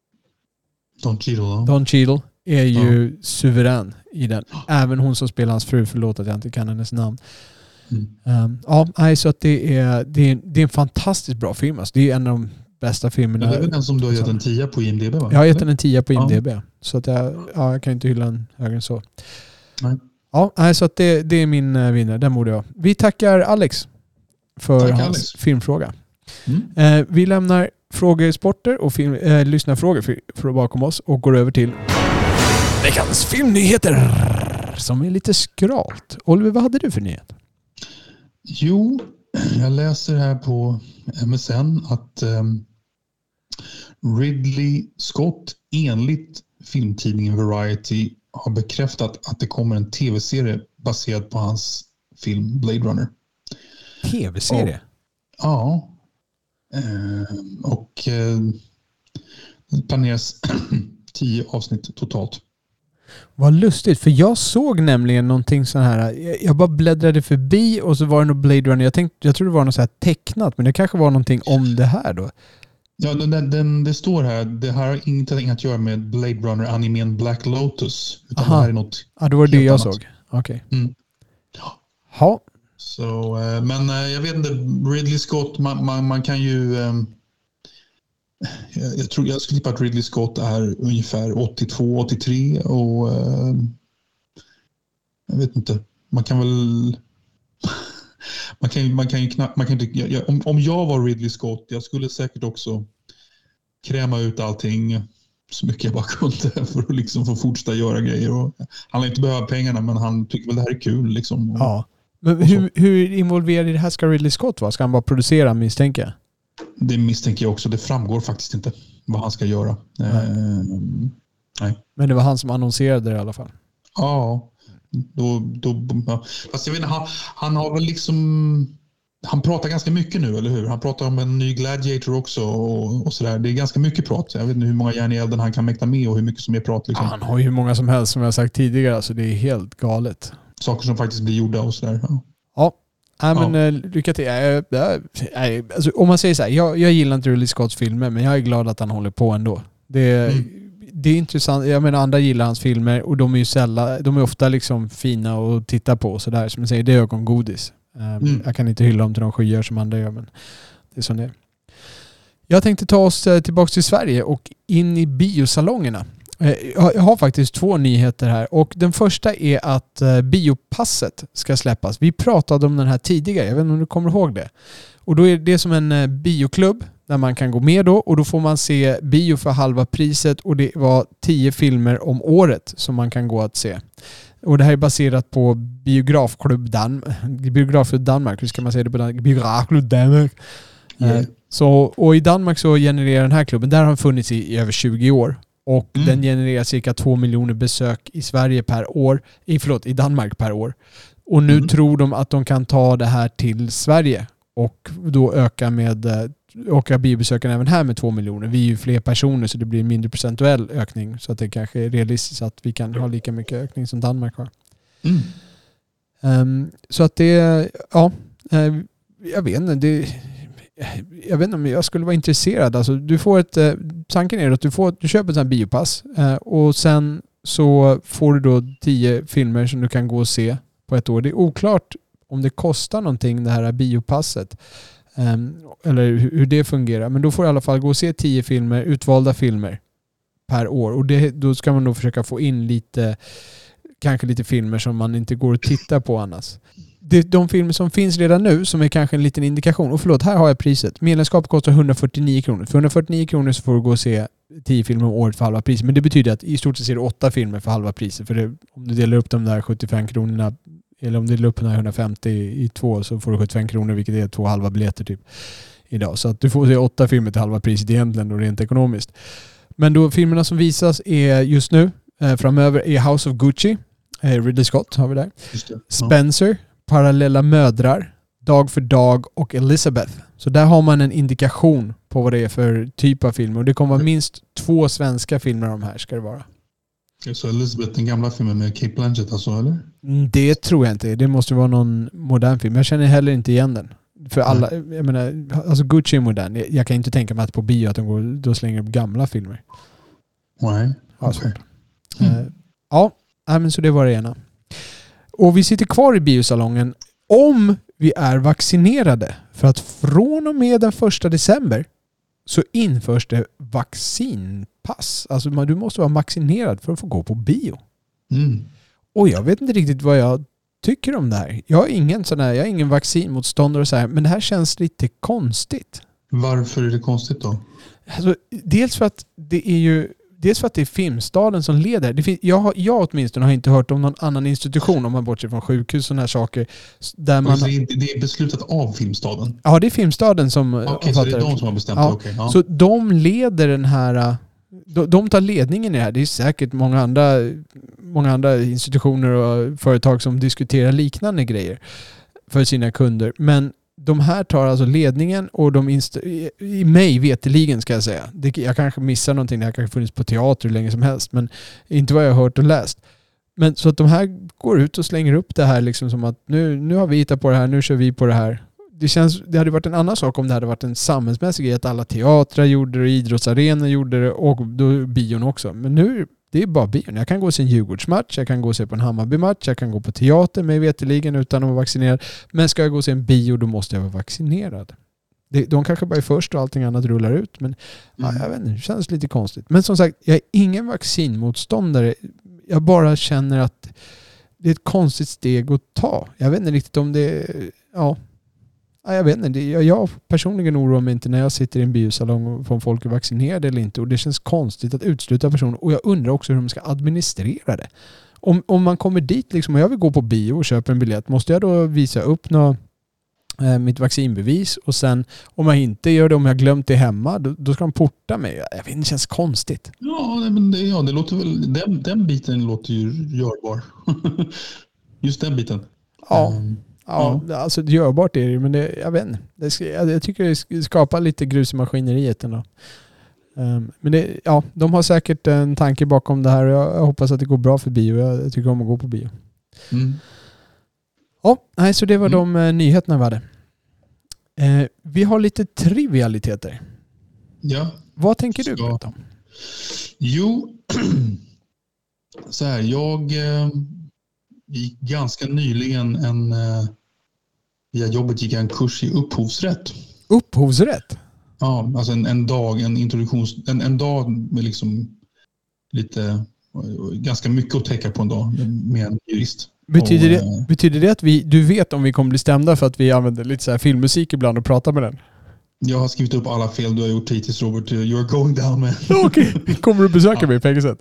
Don Cheadle.
Don Cheadle är ju ja. suverän i den. Även hon som spelar hans fru, förlåt att jag inte kan hennes namn. Mm. Um, ja, så att det är, det, är, det är en fantastiskt bra film. Alltså, det är en av de bästa filmerna.
Ja, det är väl den som du har gett en tia på I M D B, va?
Jag har gett den en tia på I M D B. Ja. Så att jag, ja, jag kan inte hylla den högre än så. Nej. Ja, så att det, det är min uh, vinnare. Den borde jag. Vi tackar Alex för Tack, hans Alex. filmfråga. Mm. Uh, vi lämnar frågor, sporter och film, uh, lyssnarfrågor för, för bakom oss och går över till veckans filmnyheter som är lite skralt. Oliver, vad hade du för nyhet?
Jo, jag läser här på M S N att um, Ridley Scott enligt filmtidningen Variety har bekräftat att det kommer en tv-serie baserad på hans film Blade Runner.
Tv-serie?
Och, ja. Uh, och uh, det planeras tio avsnitt totalt.
Vad lustigt, för jag såg nämligen någonting så här. Jag, jag bara bläddrade förbi och så var det nog Blade Runner. Jag tänkte, jag tror det var något så här tecknat, men det kanske var någonting om det här då.
Ja, den, den, det står här. Det här har ingenting att göra med Blade Runner animen Black Lotus. Utan
Aha.
det här är något.
Ja, det var det jag
annat.
såg. Okej. Okay.
Mm.
Ja.
Så, men jag vet inte, Ridley Scott, man, man, man kan ju... Jag, jag tror jag skulle tippa att Ridley Scott är ungefär åttiotvå åttiotre och jag vet inte. Man kan väl Man kan ju, man kan ju knappt, man kan inte, jag, om, om jag var Ridley Scott, jag skulle säkert också kräma ut allting så mycket jag bara kunde för att liksom få fortsätta göra grejer. Och han har inte behövt pengarna, men han tycker väl det här är kul. Liksom. Och,
ja. Men hur, hur involverad i det här ska Ridley Scott vara? Ska han bara producera, misstänker jag?
Det misstänker jag också. Det framgår faktiskt inte vad han ska göra. Nej. Eh, nej.
Men det var han som annonserade det i alla fall.
Ja. Då, då, ja. Fast jag vet inte, han, han har väl liksom... Han pratar ganska mycket nu, eller hur? Han pratar om en ny Gladiator också och, och sådär. Det är ganska mycket prat. Jag vet inte hur många järn i elden han kan mäkta med och hur mycket som är prat. Liksom.
Ja, han har ju hur många som helst, som jag sagt tidigare. Alltså det är helt galet.
Saker som faktiskt blir gjorda och sådär. Ja.
Ja. Nej, men ja. Lycka till. Jag, jag, jag, alltså, om man säger så här, jag, jag gillar inte Ridley Scotts filmer, men jag är glad att han håller på ändå. Det, mm. det är intressant. Jag menar, andra gillar hans filmer och de är ju sällan, de är ofta liksom fina att titta på och sådär. Som jag säger, det är ögongodis. Mm. Jag kan inte hylla dem till de skyar som andra gör, men det är som det är. Jag tänkte ta oss tillbaka till Sverige och in i biosalongerna. Jag har faktiskt två nyheter här och den första är att biopasset ska släppas. Vi pratade om den här tidigare, jag vet inte om du kommer ihåg det. Och då är det som en bioklubb där man kan gå med då och då får man se bio för halva priset och det var tio filmer om året som man kan gå att se. Och det här är baserat på Biografklubb Dan- Biografklubb Danmark. Hur ska man säga det på Danmark? Biografklubb Danmark. Yeah. Så, och i Danmark så genererar den här klubben, där har den funnits i, i över tjugo år. Och mm. den genererar cirka två miljoner besök i Sverige per år. I, förlåt, i Danmark per år. Och nu mm. tror de att de kan ta det här till Sverige. Och då öka med öka biobesöken även här med två miljoner. Vi är ju fler personer så det blir en mindre procentuell ökning. Så att det kanske är realistiskt att vi kan ha lika mycket ökning som Danmark har. Mm. Um, så att det, ja, uh, jag vet inte, det, jag vet inte om jag skulle vara intresserad. Alltså, du får ett, uh, tanken är att du, får, du köper ett sånt här biopass uh, och sen så får du då tio filmer som du kan gå och se på ett år. Det är oklart om det kostar någonting det här biopasset. Um, eller hur, hur det fungerar. Men då får du i alla fall gå och se tio filmer, utvalda filmer per år. Och det, då ska man då försöka få in lite, kanske lite filmer som man inte går att titta på annars. Det, de filmer som finns redan nu som är kanske en liten indikation. Och förlåt, här har jag priset. Medlemskap kostar hundrafyrtionio kronor. För hundrafyrtionio kronor så får du gå och se tio filmer om året för halva priset. Men det betyder att i stort sett ser du åtta filmer för halva priset. För det, om du delar upp de där sjuttiofem kronorna eller om du delar upp den här hundrafemtio i, i två så får du sjuttiofem kronor, vilket är två halva biljetter typ idag. Så att du får se åtta filmer till halva priset egentligen då rent ekonomiskt. Men då filmerna som visas är just nu eh, framöver är House of Gucci, eh, Ridley Scott har vi där. Ja. Spencer, Parallella mödrar, Dag för dag och Elizabeth. Så där har man en indikation på vad det är för typ av filmer. Och det kommer vara minst två svenska filmer av de här ska det vara.
Så Elizabeth, den gamla filmen med Cate Blanchett alltså, eller?
Det tror jag inte. Det måste vara någon modern film. Jag känner heller inte igen den. För alla, jag menar, alltså Gucci är modern. Jag, jag kan inte tänka mig att på bio att de går, då slänger upp gamla filmer.
Nej.
Ja, okay. mm. uh, ja, men så det var det ena. Och vi sitter kvar i biosalongen om vi är vaccinerade. För att från och med den första december så införs det vaccinpass. Alltså du måste vara vaccinerad för att få gå på bio.
Mm.
Och jag vet inte riktigt vad jag tycker om det här. Jag har ingen sån här, jag har ingen vaccinmotståndare och så här, men det här känns lite konstigt.
Varför är det konstigt då?
Alltså, dels för att det är ju dels för att det är Filmstaden som leder. Det finns, jag, har, jag åtminstone har inte hört om någon annan institution om man bortser från sjukhus och såna här saker. Där man,
alltså, det, är, det är beslutat av Filmstaden?
Ja, det är Filmstaden som...
Okej, okay, så det är de som har bestämt
ja,
det? Okay, ja.
Så de leder den här... De, de tar ledningen i det här. Det är säkert många andra, många andra institutioner och företag som diskuterar liknande grejer för sina kunder. Men de här tar alltså ledningen och de inst- i, i mig veteligen ska jag säga. Det, jag kanske missar någonting. Det här kanske funnits på teater hur länge som helst. Men inte vad jag har hört och läst. Men så att de här går ut och slänger upp det här liksom som att nu, nu har vi hittat på det här. Nu kör vi på det här. Det, känns, det hade varit en annan sak om det hade varit en samhällsmässig grej att alla teatrar gjorde det, idrottsarenor gjorde det och då bion också. Men nu det är bara bion. Jag kan gå och se en Djurgårdsmatch, jag kan gå och se på en Hammarby-match, jag kan gå på teater med veteligen utan att vara vaccinerad. Men ska jag gå och se en bio då måste jag vara vaccinerad. Det, de kanske bara är först och allting annat rullar ut. Men mm. ja, jag vet inte, det känns lite konstigt. Men som sagt, jag är ingen vaccinmotståndare. Jag bara känner att det är ett konstigt steg att ta. Jag vet inte riktigt om det... Ja... jag vet inte, det, jag, jag personligen oroar mig inte när jag sitter i en biosalong och får folk är vaccinerade eller inte. Och det känns konstigt att utesluta personer. Och jag undrar också hur de ska administrera det. Om, om man kommer dit liksom, och jag vill gå på bio och köpa en biljett, måste jag då visa upp något, eh, mitt vaccinbevis? Och sen om jag inte gör det, om jag glömt det hemma, då, då ska de porta mig. Jag vet inte, det känns konstigt.
Ja, men det, ja, det låter väl, den, den biten låter ju görbar. Just den biten.
Ja.
Um,
Ja, ja. Alltså det görbart är det, men det, jag vet inte. Det ska, jag, jag tycker det skapar lite grus i maskineriet ändå. Um, men det, ja, de har säkert en tanke bakom det här och jag, jag hoppas att det går bra för bio. Jag, jag tycker om att gå på bio.
Mm.
Ja, nej, så det var
Mm.
de uh, nyheterna vi hade. Uh, vi har lite trivialiteter.
Ja.
Vad tänker du
Ska-
berätta om?
Jo, så här, jag eh, gick ganska nyligen en, eh, via jobbet gick jag en kurs i upphovsrätt.
Upphovsrätt?
Ja, alltså en, en dag, en introduktions, en, en dag med liksom lite, ganska mycket att täcka på en dag med en jurist.
Betyder,
Och,
det,
eh,
betyder det att vi, du vet om vi kommer bli stämda för att vi använder lite så här filmmusik ibland och pratar med den?
Jag har skrivit upp alla fel du har gjort hittills, Robert. You're going down, man.
Okej, okay. Kommer du besöka
Ja.
mig i fängelset?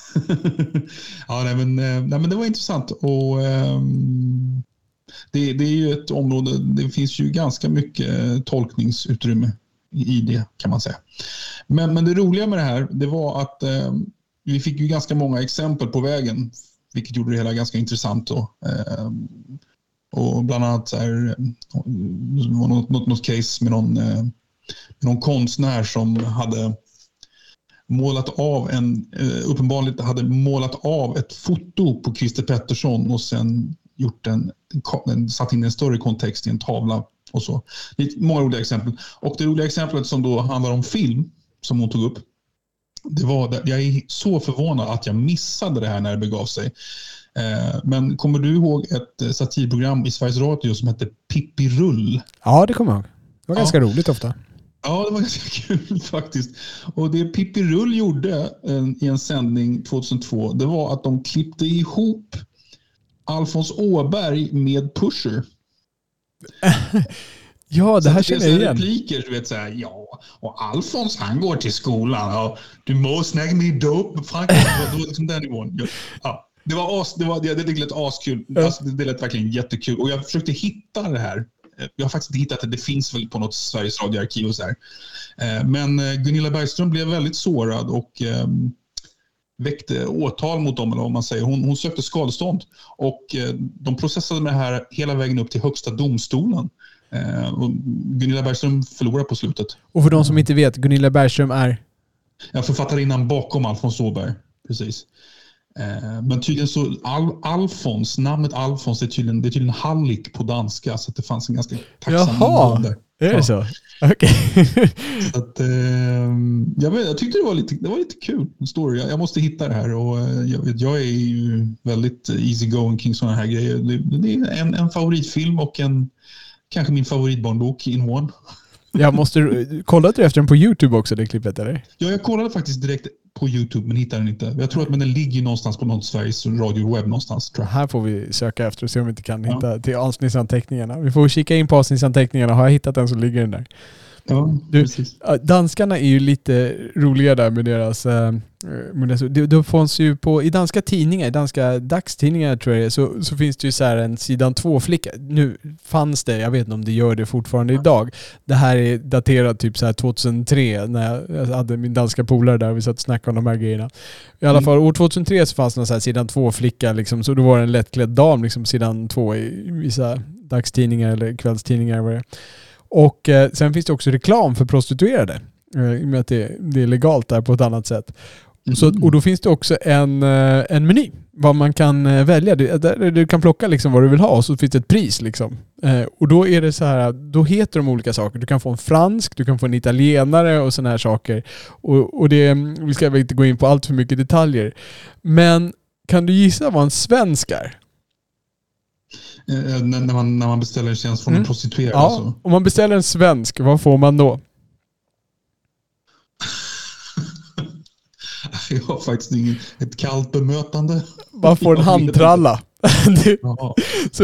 Ja, nej, men, eh, nej, men det var intressant. Och, ehm, det, det är ju ett område, det finns ju ganska mycket tolkningsutrymme i det, kan man säga. Men, men det roliga med det här, det var att eh, vi fick ju ganska många exempel på vägen, vilket gjorde det hela ganska intressant då. Eh, och bland annat så här, var något, något, något case med någon, eh, med någon konstnär som hade målat av en, eh, uppenbarligen hade målat av ett foto på Christer Pettersson och sen gjort en, en satt in en större kontext i en tavla och så. Lite, många roliga exempel. Och det roliga exemplet som då handlar om film, som hon tog upp, det var, jag är så förvånad att jag missade det här när det begav sig. Eh, men kommer du ihåg ett satirprogram i Sveriges Radio som hette Pippi Rull?
Ja, det kommer jag ihåg. Det var
Ja.
ganska roligt ofta.
Ja, det var ganska kul faktiskt. Och det Pippi Rull gjorde en, i en sändning tjugohundratvå, det var att de klippte ihop Alfons Åberg med Pusher.
Ja, det här
Så
känner
det är
jag
så
igen.
repliker, du vet så här, ja, och Alfons han går till skolan och du måste snacka med dope. Frank, det var, det var liksom den nivån. Ja, ja. Det var as, det var det, det lät askul. Alltså, det, det lät verkligen jättekul. Och jag försökte hitta det här. Jag har faktiskt inte hittat det. Det finns väl på något Sveriges radioarkiv och så här. Men Gunilla Bergström blev väldigt sårad och um, väckte åtal mot dem, eller vad man säger. Hon, hon sökte skadestånd och uh, de processade med det här hela vägen upp till högsta domstolen. Uh, och Gunilla Bergström förlorade på slutet.
Och för de som inte vet, Gunilla Bergström är...
Ja, författarinnan bakom Alfons Åberg. Precis. Uh, men tydligen så Al, Alfons, namnet Alfons är tydligen, det är tydligen Hallik på danska, så att det fanns en ganska tacksam
Jaha,
där.
är det
Ja.
så? Okej.
Så att, eh, jag, vet, jag tyckte det var lite, det var lite kul story. Jag, jag måste hitta det här och eh, jag, vet, jag är ju väldigt easy going kring sådana här grejer. Det, det är en, en favoritfilm och en kanske min favoritbarnbok in one.
Jag måste... Kollade du efter den på YouTube också, det klippet, eller?
Ja, jag kollade faktiskt direkt på YouTube men hittade den inte. Jag tror att men den ligger någonstans på något Sveriges radio webb någonstans, tror jag.
Här får vi söka efter och se om vi inte kan
Ja.
hitta till avsnittsanteckningarna. Vi får kika in på avsnittsanteckningarna. Har jag hittat den så ligger den där.
Ja,
Du-
precis.
Ja, danskarna är ju lite roliga där med deras... eh, med deras det, det fanns ju på, i danska tidningar, i danska dagstidningar tror jag det är, så, så finns det ju så här en sidan två-flicka. Nu fanns det, jag vet inte om det gör det fortfarande idag. Det här är daterat typ så här tjugohundratre när jag hade min danska polare där och vi satt och snackade om de här grejerna. I alla
Mm.
fall år tjugohundratre så fanns det någon så här sidan två-flicka liksom, så då var det en lättklädd dam liksom sidan två i vissa dagstidningar eller kvällstidningar eller vad det är. Och eh, sen finns det också reklam för prostituerade. Eh, I och med att det, det är legalt där på ett annat sätt. Så, och då finns det också en, eh, en meny. Vad man kan eh, välja. Du, där du kan plocka liksom vad du vill ha och så finns det ett pris. Liksom. Eh, och då är det så här, då heter de olika saker. Du kan få en fransk, du kan få en italienare och sådana här saker. Och, och det, vi ska väl inte gå in på allt för mycket detaljer. Men kan du gissa vad en svensk är?
Eh, när, när, man, när man beställer en tjänst från
Mm.
en prostituerad.
Ja,
Alltså.
om man beställer en svensk, vad får man då?
Jag har faktiskt ingen, ett kallt bemötande.
Man får en handtralla. Det,
Ja.
så det,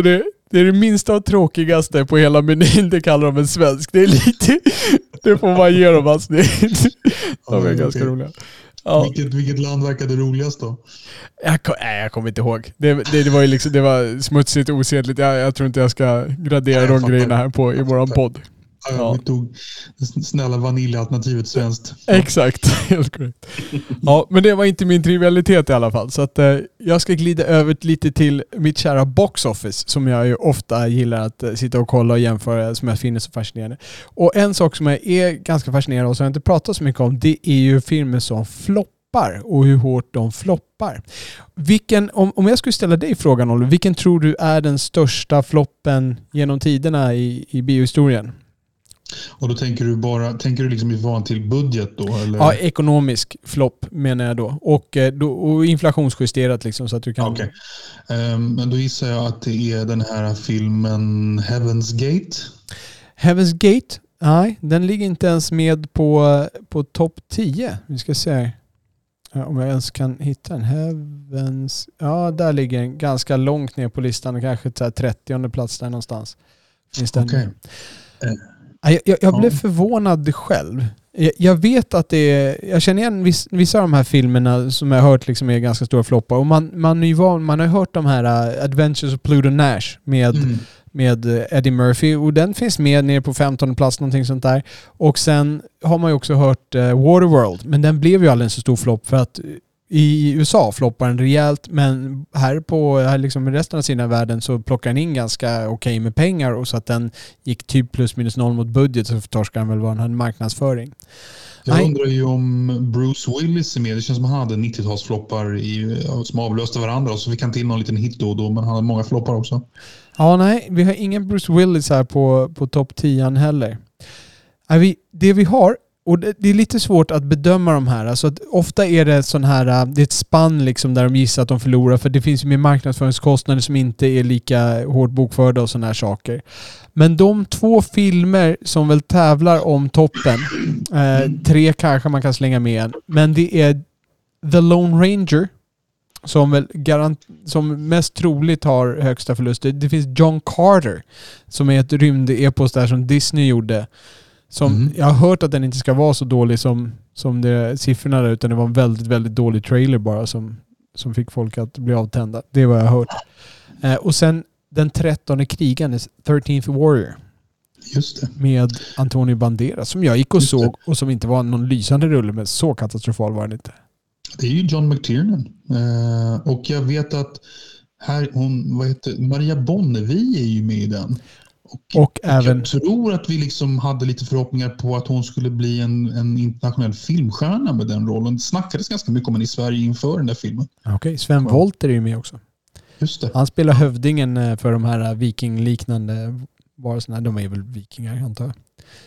Det är det minsta och tråkigaste på hela menyn. Det kallar de en svensk. Det är lite... Det får man ge dem. Alltså. De är
Ja,
ganska
okej.
roliga. Ja.
Vilket, vilket land verkade roligast då?
Jag, kom, nej, jag kommer inte ihåg. Det, det, det var ju liksom, det var smutsigt och osedligt. Jag, jag tror inte jag ska gradera
Nej,
de
fattar.
grejerna här på i våran podd.
Ja,
Ja.
Vi tog det snälla vaniljalternativet svenskt.
Exakt, helt korrekt. Ja, men det var inte min trivialitet i alla fall. Så att, eh, jag ska glida över lite till mitt kära box office som jag ju ofta gillar att eh, sitta och kolla och jämföra, som jag finner så fascinerande. Och en sak som jag är ganska fascinerad av som jag inte pratat så mycket om, det är ju filmer som floppar och hur hårt de floppar. Vilken, om, om jag skulle ställa dig frågan, Oliver, vilken tror du är den största floppen genom tiderna i, i biohistorien?
Och då tänker du bara tänker du liksom i förhållande till budget då? Eller?
Ja, ekonomisk flopp menar jag då. Och, eh, då, och inflationsjusterat liksom så att du kan...
Okej. Um, men då gissar jag att det är den här filmen Heaven's Gate.
Heaven's Gate? Nej, den ligger inte ens med på, på topp tio. Vi ska se ja, om jag ens kan hitta den. Heaven's... Ja, där ligger den ganska långt ner på listan. Kanske så här trettionde plats där någonstans. Finns den.
Okej.
Eh. Jag, jag, jag blev
Ja.
förvånad själv. Jag, jag vet att det är... Jag känner igen viss, vissa av de här filmerna som jag har hört liksom är ganska stora floppar. Och man, man, är ju van, man har hört de här uh, Adventures of Pluto Nash med,
Mm.
med uh, Eddie Murphy. Och den finns med ner på femtonde plats, någonting sånt där. Och sen har man ju också hört uh, Waterworld. Men den blev ju aldrig en så stor flopp för att i U S A floppar den rejält, men här på här liksom i resten av sina världen så plockar den in ganska okej okay med pengar och så att den gick typ plus minus noll mot budget, så torskar den väl vad den hade marknadsföring.
Jag
Nej.
undrar ju om Bruce Willis är med. Det känns som att han hade nittiotalsfloppar i, som avlöste varandra och så fick han till någon liten hit då och då, men han hade många floppar också.
Ja, nej, vi har ingen Bruce Willis här på, på topp tio heller. Nej, vi, det vi har, och det, det är lite svårt att bedöma de här. Alltså att ofta är det sån här, det är ett spann liksom där de gissar att de förlorar, för det finns ju mer marknadsföringskostnader som inte är lika hårt bokförda och såna här saker. Men de två filmer som väl tävlar om toppen, eh, tre kanske man kan slänga med en, men det är The Lone Ranger som väl garant, som mest troligt har högsta förluster. Det finns John Carter som är ett rymdepos där som Disney gjorde. Som, mm. Jag har hört att den inte ska vara så dålig som, som det, siffrorna där, utan det var en väldigt, väldigt dålig trailer bara som, som fick folk att bli avtända. Det är vad jag har hört. Eh, och sen den trettonde krigaren, thirteenth Warrior.
Just det.
Med Antonio Banderas som jag gick och såg och som inte var någon lysande rulle, men så katastrofal var den inte.
Det är ju John McTiernan. Eh, och jag vet att här, hon, vad heter, Maria Bonnevie är ju med i den. Och,
och även,
jag tror att vi liksom hade lite förhoppningar på att hon skulle bli en, en internationell filmstjärna med den rollen. Det snackades ganska mycket om henne i Sverige inför den där filmen.
Okej, okay, Sven ja. Wollter är ju med också.
Just det.
Han spelar hövdingen för de här vikingliknande varelserna. De är väl vikingar, antar jag.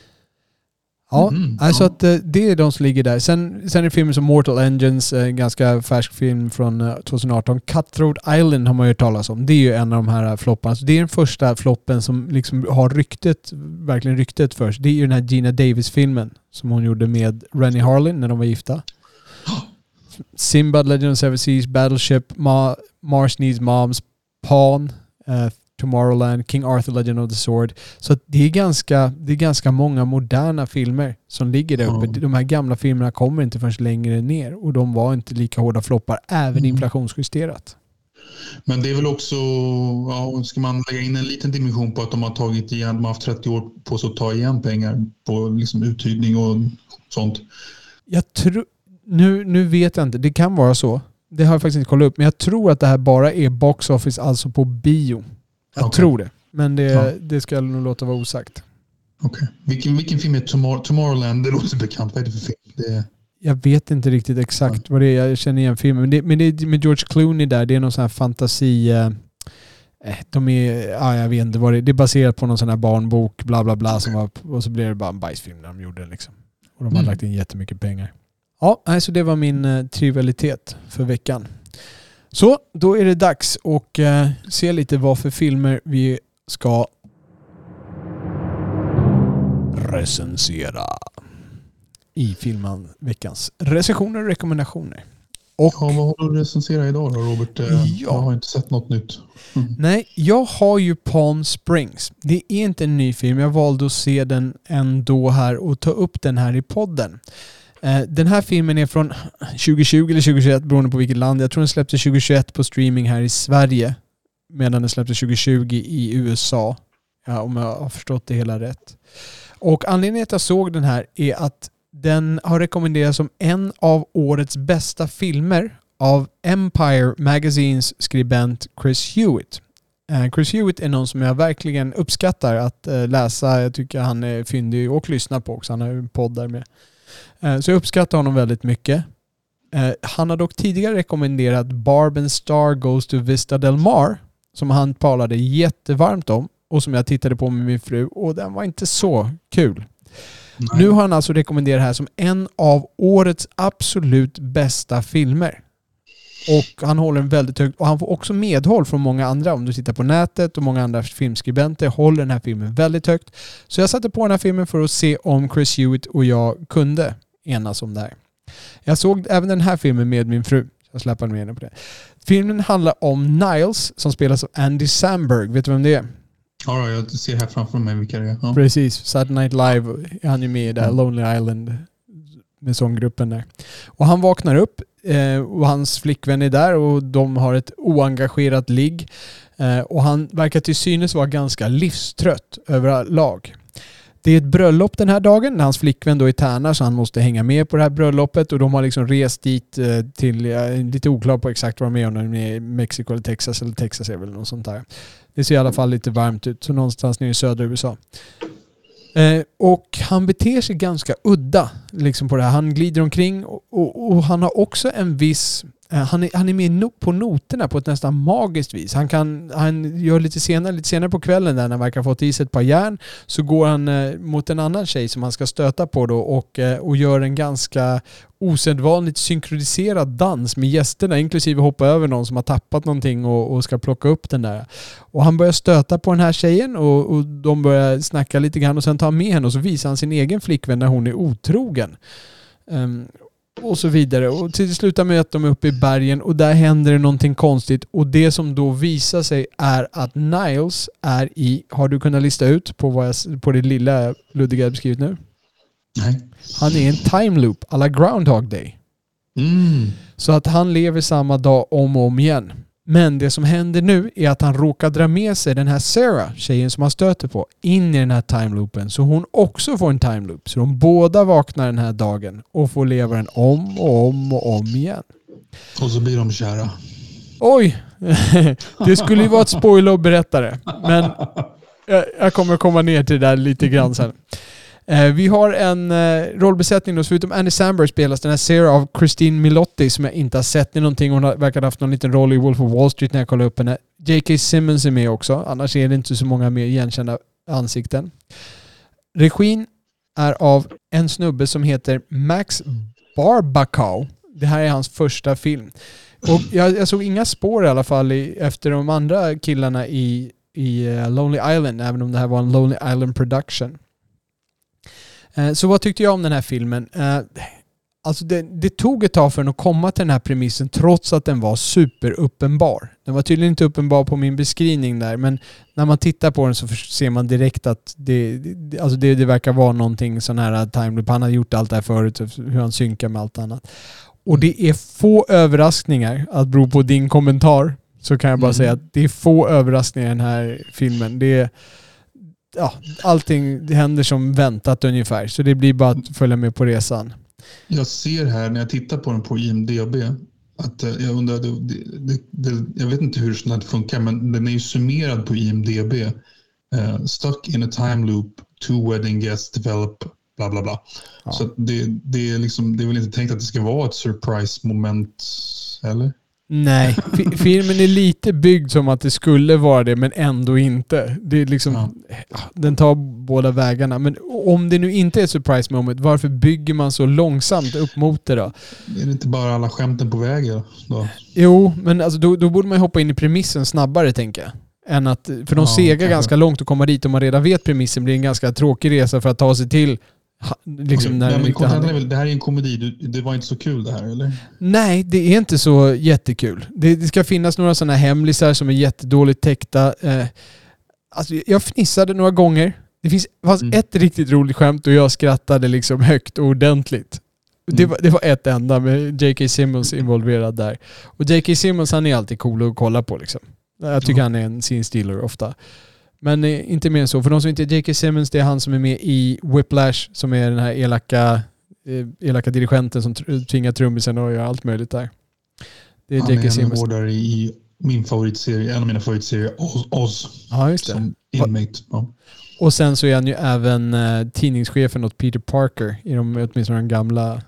Ja, mm, alltså ja. att det är de som ligger där. Sen, sen är det filmer som Mortal Engines, en ganska färsk film från tjugo arton. Cutthroat Island har man ju hört talas om. Det är ju en av de här flopparna. Så det är den första floppen som liksom har ryktet, verkligen ryktet för sig. Det är ju den här Gina Davis-filmen som hon gjorde med Rennie Harlin när de var gifta. Sinbad, Legend of Seven Seas, Battleship, Ma- Mars Needs Moms, Pawn, uh, Tomorrowland, King Arthur, Legend of the Sword. Så det är ganska, det är ganska många moderna filmer som ligger där uppe. Mm. De här gamla filmerna kommer inte förrän längre ner och de var inte lika hårda floppar, även mm. inflationsjusterat.
Men det är väl också, ja, ska man lägga in en liten dimension på att de har tagit igen, de har haft trettio år på sig att ta igen pengar på liksom uthyrning och sånt.
Jag tror, nu, nu vet jag inte, det kan vara så. Det har jag faktiskt inte kollat upp, men jag tror att det här bara är box office, alltså på bio. Jag okay. tror det. Men det, ja. det ska jag nog låta vara osagt.
Okej. Okay. Vilken, vilken film är Tomor- Tomorrowland? Det låter bekant. Vad är det för film? Det är...
Jag vet inte riktigt exakt ja. vad det är. Jag känner igen filmen. Men det, men det är med George Clooney där. Det är någon sån här fantasi... Eh, de är... Ja, jag vet inte vad det är. Det är baserat på någon sån här barnbok. Bla bla bla. Okay. Som var, och så blev det bara en bajsfilm när de gjorde den liksom. Och de mm. har lagt in jättemycket pengar. Ja, alltså det var min eh, trivialitet för veckan. Så, då är det dags att eh, se lite vad för filmer vi ska recensera i filmen veckans recensioner och rekommendationer. Och,
ja, vad har du recenserat idag då, Robert?
Ja.
Jag har inte sett något nytt. Mm.
Nej, jag har ju Palm Springs. Det är inte en ny film. Jag valde att se den ändå här och ta upp den här i podden. Eh, den här filmen är från tjugo tjugo eller tjugo tjugoett beroende på vilket land. Jag tror den släpptes tjugo tjugoett på streaming här i Sverige medan den släpptes tjugo tjugo i U S A. Ja, om jag har förstått det hela rätt. Och anledningen till att jag såg den här är att den har rekommenderats som en av årets bästa filmer av Empire Magazines skribent Chris Hewitt. Uh, Chris Hewitt är någon som jag verkligen uppskattar att uh, läsa. Jag tycker han är fyndig och lyssna på också. Han har ju en podd där med. Uh, så jag uppskattar honom väldigt mycket. Uh, han har dock tidigare rekommenderat Barb and Star Goes to Vista Del Mar som han talade jättevarmt om och som jag tittade på med min fru och den var inte så kul. Nej. Nu har han alltså rekommenderat det här som en av årets absolut bästa filmer. Och han håller en väldigt högt och han får också medhåll från många andra. Om du tittar på nätet och många andra filmskribenter håller den här filmen väldigt högt. Så jag satte på den här filmen för att se om Chris Hewitt och jag kunde enas om det här. Jag såg även den här filmen med min fru. Jag släppade med henne på det. Filmen handlar om Niles som spelas av Andy Samberg. Vet du vem det är?
Ja, jag ser här framför mig vilka det är. Ja.
Precis. Saturday Night Live är han ju med i där. Mm. Lonely Island med sånggruppen där. Och han vaknar upp eh, och hans flickvän är där och de har ett oengagerat ligg. Eh, och han verkar till synes vara ganska livstrött överlag. Det är ett bröllop den här dagen när hans flickvän då är tärna så han måste hänga med på det här bröllopet och de har liksom rest dit eh, till, eh, lite oklar på exakt vad de är om de är i Mexiko eller Texas eller Texas är väl något sånt där. Det ser i alla fall lite varmt ut så någonstans nere i södra U S A. Eh, och han beter sig ganska udda liksom på det här. Han glider omkring och, och, och han har också en viss eh, han, är, han är med no, på noterna på ett nästan magiskt vis. Han, kan, han gör lite senare, lite senare på kvällen där när han verkar ha fått i sig ett par järn så går han eh, mot en annan tjej som han ska stöta på då och, eh, och gör en ganska osedvanligt synkroniserad dans med gästerna inklusive hoppa över någon som har tappat någonting och, och ska plocka upp den där. Och han börjar stöta på den här tjejen och, och de börjar snacka lite grann och sen tar han med henne och så visar han sin egen flickvän när hon är otrogen. Um, och så vidare. Och till slut med att de är uppe i bergen och där händer det någonting konstigt och det som då visar sig är att Niles är i, har du kunnat lista ut på, vad jag, på det lilla luddiga jag beskrivit nu?
Nej.
Han är en time loop alla Groundhog Day.
Mm.
Så att han lever samma dag om och om igen. Men det som händer nu är att han råkar dra med sig den här Sarah, tjejen som han stöter på, in i den här timeloopen. Så hon också får en timeloop. Så de båda vaknar den här dagen och får leva den om och om och om igen.
Och så blir de kära.
Oj! Det skulle ju vara ett spoiler och berätta det. Men jag, jag kommer komma ner till det där lite grann sen. Eh, vi har en eh, rollbesättning då, förutom Andy Samberg spelas den här Sarah av Christine Milotti som jag inte har sett i någonting. Hon har, verkar ha haft någon liten roll i Wolf of Wall Street när jag kollade upp henne. J K. Simmons är med också. Annars är det inte så många mer igenkända ansikten. Regin är av en snubbe som heter Max Barbakow. Det här är hans första film. Och jag, jag såg inga spår i alla fall i, efter de andra killarna i, i uh, Lonely Island, även om det här var en Lonely Island production. Så vad tyckte jag om den här filmen? Alltså det, det tog ett tag för den att komma till den här premissen trots att den var superuppenbar. Den var tydligen inte uppenbar på min beskrivning där, men när man tittar på den så ser man direkt att det, det, alltså det, det verkar vara någonting sån här timeloop. Han har gjort allt det här förut, hur han synkar med allt annat. Och det är få överraskningar, att bero på din kommentar så kan jag bara mm. säga att det är få överraskningar i den här filmen. Det är ja, allting händer som väntat ungefär. Så det blir bara att följa med på resan.
Jag ser här när jag tittar på den på I M D B att jag undrar, det, det, det, jag vet inte hur sånt här funkar, men den är ju summerad på I M D B. Uh, stuck in a time loop, two wedding guests develop, bla bla bla. Ja. Så det, det, är liksom, det är väl inte tänkt att det ska vara ett surprise-moment, eller?
Nej, f- filmen är lite byggd som att det skulle vara det, men ändå inte. Det är liksom, ja. Den tar båda vägarna. Men om det nu inte är ett surprise moment, varför bygger man så långsamt upp mot det då?
Är det inte bara alla skämten på vägen då?
Jo, men alltså, då, då borde man hoppa in i premissen snabbare, tänker jag. Än att, för de ja, segar ganska långt och komma dit och man redan vet premissen blir en ganska tråkig resa för att ta sig till Ha, liksom
okay.
när
men, men
han...
är väl, det här är en komedi, du, det var inte så kul det här, eller?
Nej, det är inte så jättekul. Det, det ska finnas några sådana hemlisar som är jättedåligt täckta. Eh, alltså, jag fnissade några gånger. Det finns fanns mm. ett riktigt roligt skämt och jag skrattade liksom högt och ordentligt. Mm. Det, var, det var ett enda med J K. Simmons involverad där. Och J K. Simmons, han är alltid cool att kolla på liksom. Jag tycker ja. han är en scene stealer ofta. Men eh, inte mer än så. För de som inte är J K. Simmons, det är han som är med i Whiplash, som är den här elaka, eh, elaka dirigenten som tr- tvingar trummisen och gör allt möjligt där. Det är
han
J K. Simmons.
Han är en i min favoritserie, en av mina favoritserier, Oz. Oz
ja, just det.
Som inmate. Ja.
Och sen så är han ju även eh, tidningschefen åt Peter Parker i de åtminstone de gamla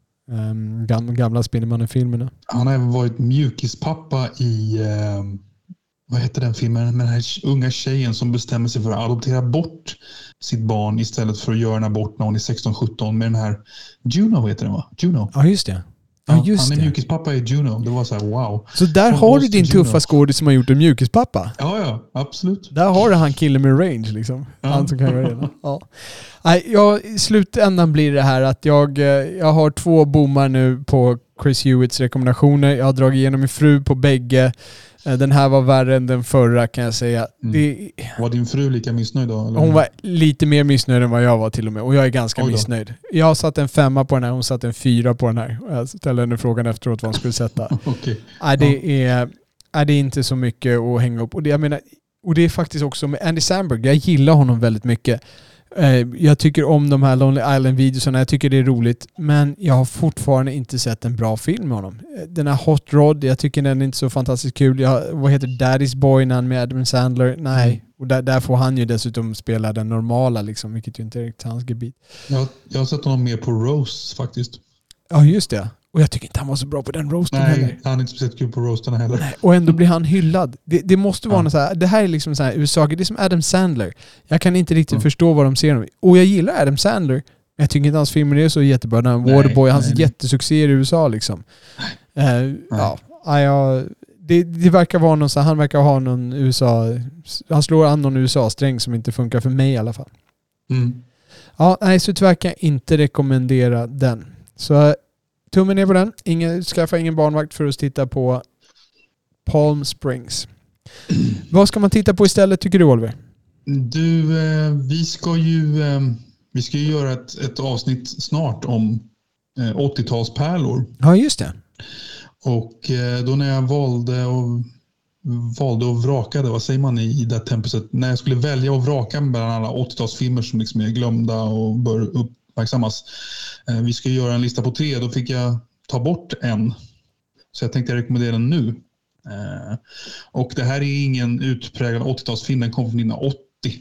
um, gam, gamla Spindelmannen-filmerna.
Han har även varit mjukispappa i eh, vad heter den filmen med den här unga tjejen som bestämmer sig för att adoptera bort sitt barn istället för att göra en abort när hon är sexton sjutton med den här Juno heter den va? Juno.
Ja, just det. Ja, just
han är
det.
mjukispappa i Juno. Det var så här, wow.
Så där
Från
har
Oz
du din
Juno.
tuffa skådis som har gjort en mjukispappa.
Ja, ja, absolut.
Där har du han killen med range liksom.
Ja.
Han som kan göra det. Ja. Nej, jag, i slutändan blir det här att jag, jag har två bommar nu på Chris Hewitts rekommendationer. Jag har dragit igenom min fru på bägge. Den här var värre än den förra kan jag säga.
Mm.
Det,
var din fru lika missnöjd då? Eller?
Hon var lite mer missnöjd än vad jag var till och med. Och jag är ganska missnöjd. Jag satt en femma på den här, hon satt en fyra på den här. Jag ställde henne frågan efteråt vad hon skulle sätta.
okay.
Nej, det, är, är det inte så mycket att hänga upp. Och det, jag menar, och det är faktiskt också med Andy Samberg. Jag gillar honom väldigt mycket. Jag tycker om de här Lonely Island-videorna. Jag tycker det är roligt. Men jag har fortfarande inte sett en bra film med honom. Den här Hot Rod, jag tycker den är inte så fantastiskt kul. Jag, vad heter Daddy's Boy när han med Adam Sandler? Nej. Mm. Och där, där får han ju dessutom spela den normala, liksom, vilket ju inte är riktigt hans gebit.
Jag, jag har sett honom mer på Roast faktiskt.
Ja, just det. Och jag tycker inte han var så bra på den roasten
Nej,
heller.
han är inte speciellt kul på roasterna heller.
Nej, och ändå blir han hyllad. Det, det måste vara ja. något så här, det här är liksom så här U S A, det är som Adam Sandler. Jag kan inte riktigt mm. förstå vad de ser honom. Och jag gillar Adam Sandler, men jag tycker inte hans filmer är så jättebra. Nej, Waterboy, hans nej, jättesuccéer i U S A liksom. Uh, ja, ja, det, det verkar vara någon så här, han verkar ha någon U S A, han slår an någon U S A-sträng som inte funkar för mig i alla fall.
Mm.
Ja, nej, så tyvärr kan jag inte rekommendera den. Så tummen ner på den. Ingen, skaffa ingen barnvakt för att titta på Palm Springs. Mm. Vad ska man titta på istället tycker du, Oliver?
Du, eh, vi ska ju eh, vi ska ju göra ett, ett avsnitt snart om eh, åttiotalspärlor.
Ja, just det.
Och eh, då när jag valde och valde och vrakade, vad säger man i, i det tempuset? När jag skulle välja och vraka bland alla åttiotalsfilmer som liksom är glömda och bör uppmärksammas. Eh, vi ska göra en lista på tre, då fick jag ta bort en. Så jag tänkte jag rekommendera den nu. Eh, och det här är ingen utpräglad åttiotalsfilm, den kom från nittonhundraåttio.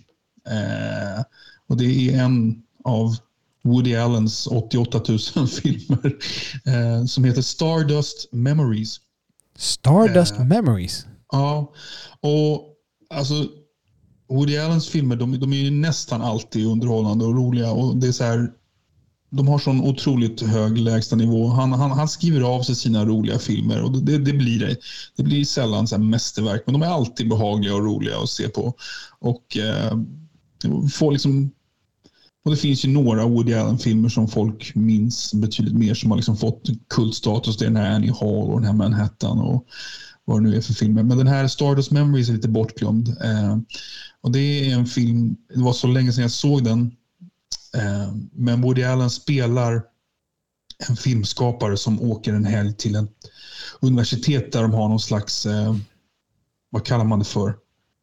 Eh, och det är en av Woody Allens åttioåtta tusen filmer eh, som heter Stardust Memories.
Stardust eh, Memories?
Ja, och alltså Woody Allens filmer, de, de är ju nästan alltid underhållande och roliga, och det är så här, de har sån otroligt hög lägsta nivå. Han, han, han skriver av sig sina roliga filmer, och det, det blir det. Det blir sällan så här mästerverk, men de är alltid behagliga och roliga att se på. Och eh, får liksom, och det finns ju några Woody Allen-filmer som folk minns betydligt mer, som har liksom fått kultstatus. Det är den här Annie Hall och den här Manhattan och vad det nu är för filmer. Men den här Stardust Memories är lite bortglömd. Eh, och det är en film, det var så länge sedan jag såg den. Eh, men Woody Allen spelar en filmskapare som åker en helg till ett universitet där de har någon slags, eh, vad kallar man det för?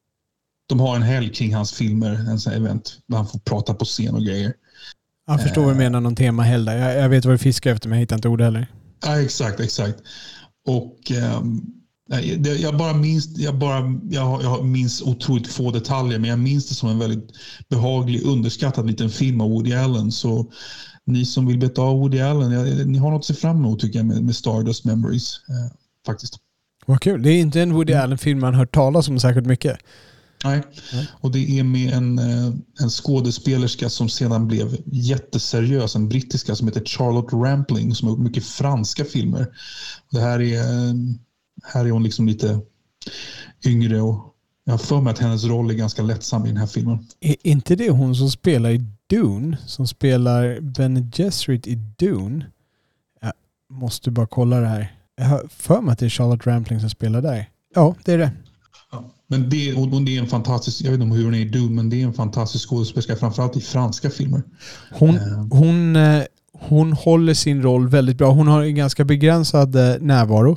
De har en helg kring hans filmer, en sån event där han får prata på scen och grejer.
Jag förstår vad du menar, någon temahelg där. Jag, jag vet vad du fiskar efter, men jag hittar inte ord heller.
Ja, exakt, exakt. Och um, jag, jag bara minns, jag bara, jag, jag minns otroligt få detaljer, men jag minns det som en väldigt behaglig, underskattad liten film av Woody Allen. Så ni som vill beta av Woody Allen, jag, ni har något att se fram emot tycker jag med, med Stardust Memories, eh, faktiskt.
Vad kul. Det är inte en Woody Allen-film man hört talas om särskilt mycket.
Nej, och det är med en, en skådespelerska som sedan blev jätteseriös, en brittiska som heter Charlotte Rampling, som har gjort mycket franska filmer. Det här är, här är hon liksom lite yngre och Jag har för mig att hennes roll är ganska lättsam i den här filmen.
Är inte det hon som spelar i Dune? Som spelar Bene Gesserit i Dune? Jag måste bara kolla det här. Jag har för mig att det är Charlotte Rampling som spelar där. Ja, det är det.
Ja, men det, och det är en fantastisk, jag vet inte hur hon är i Dune, men det är en fantastisk skådespelerska, framförallt i franska filmer.
Hon,
uh.
hon, hon håller sin roll väldigt bra. Hon har en ganska begränsad närvaro.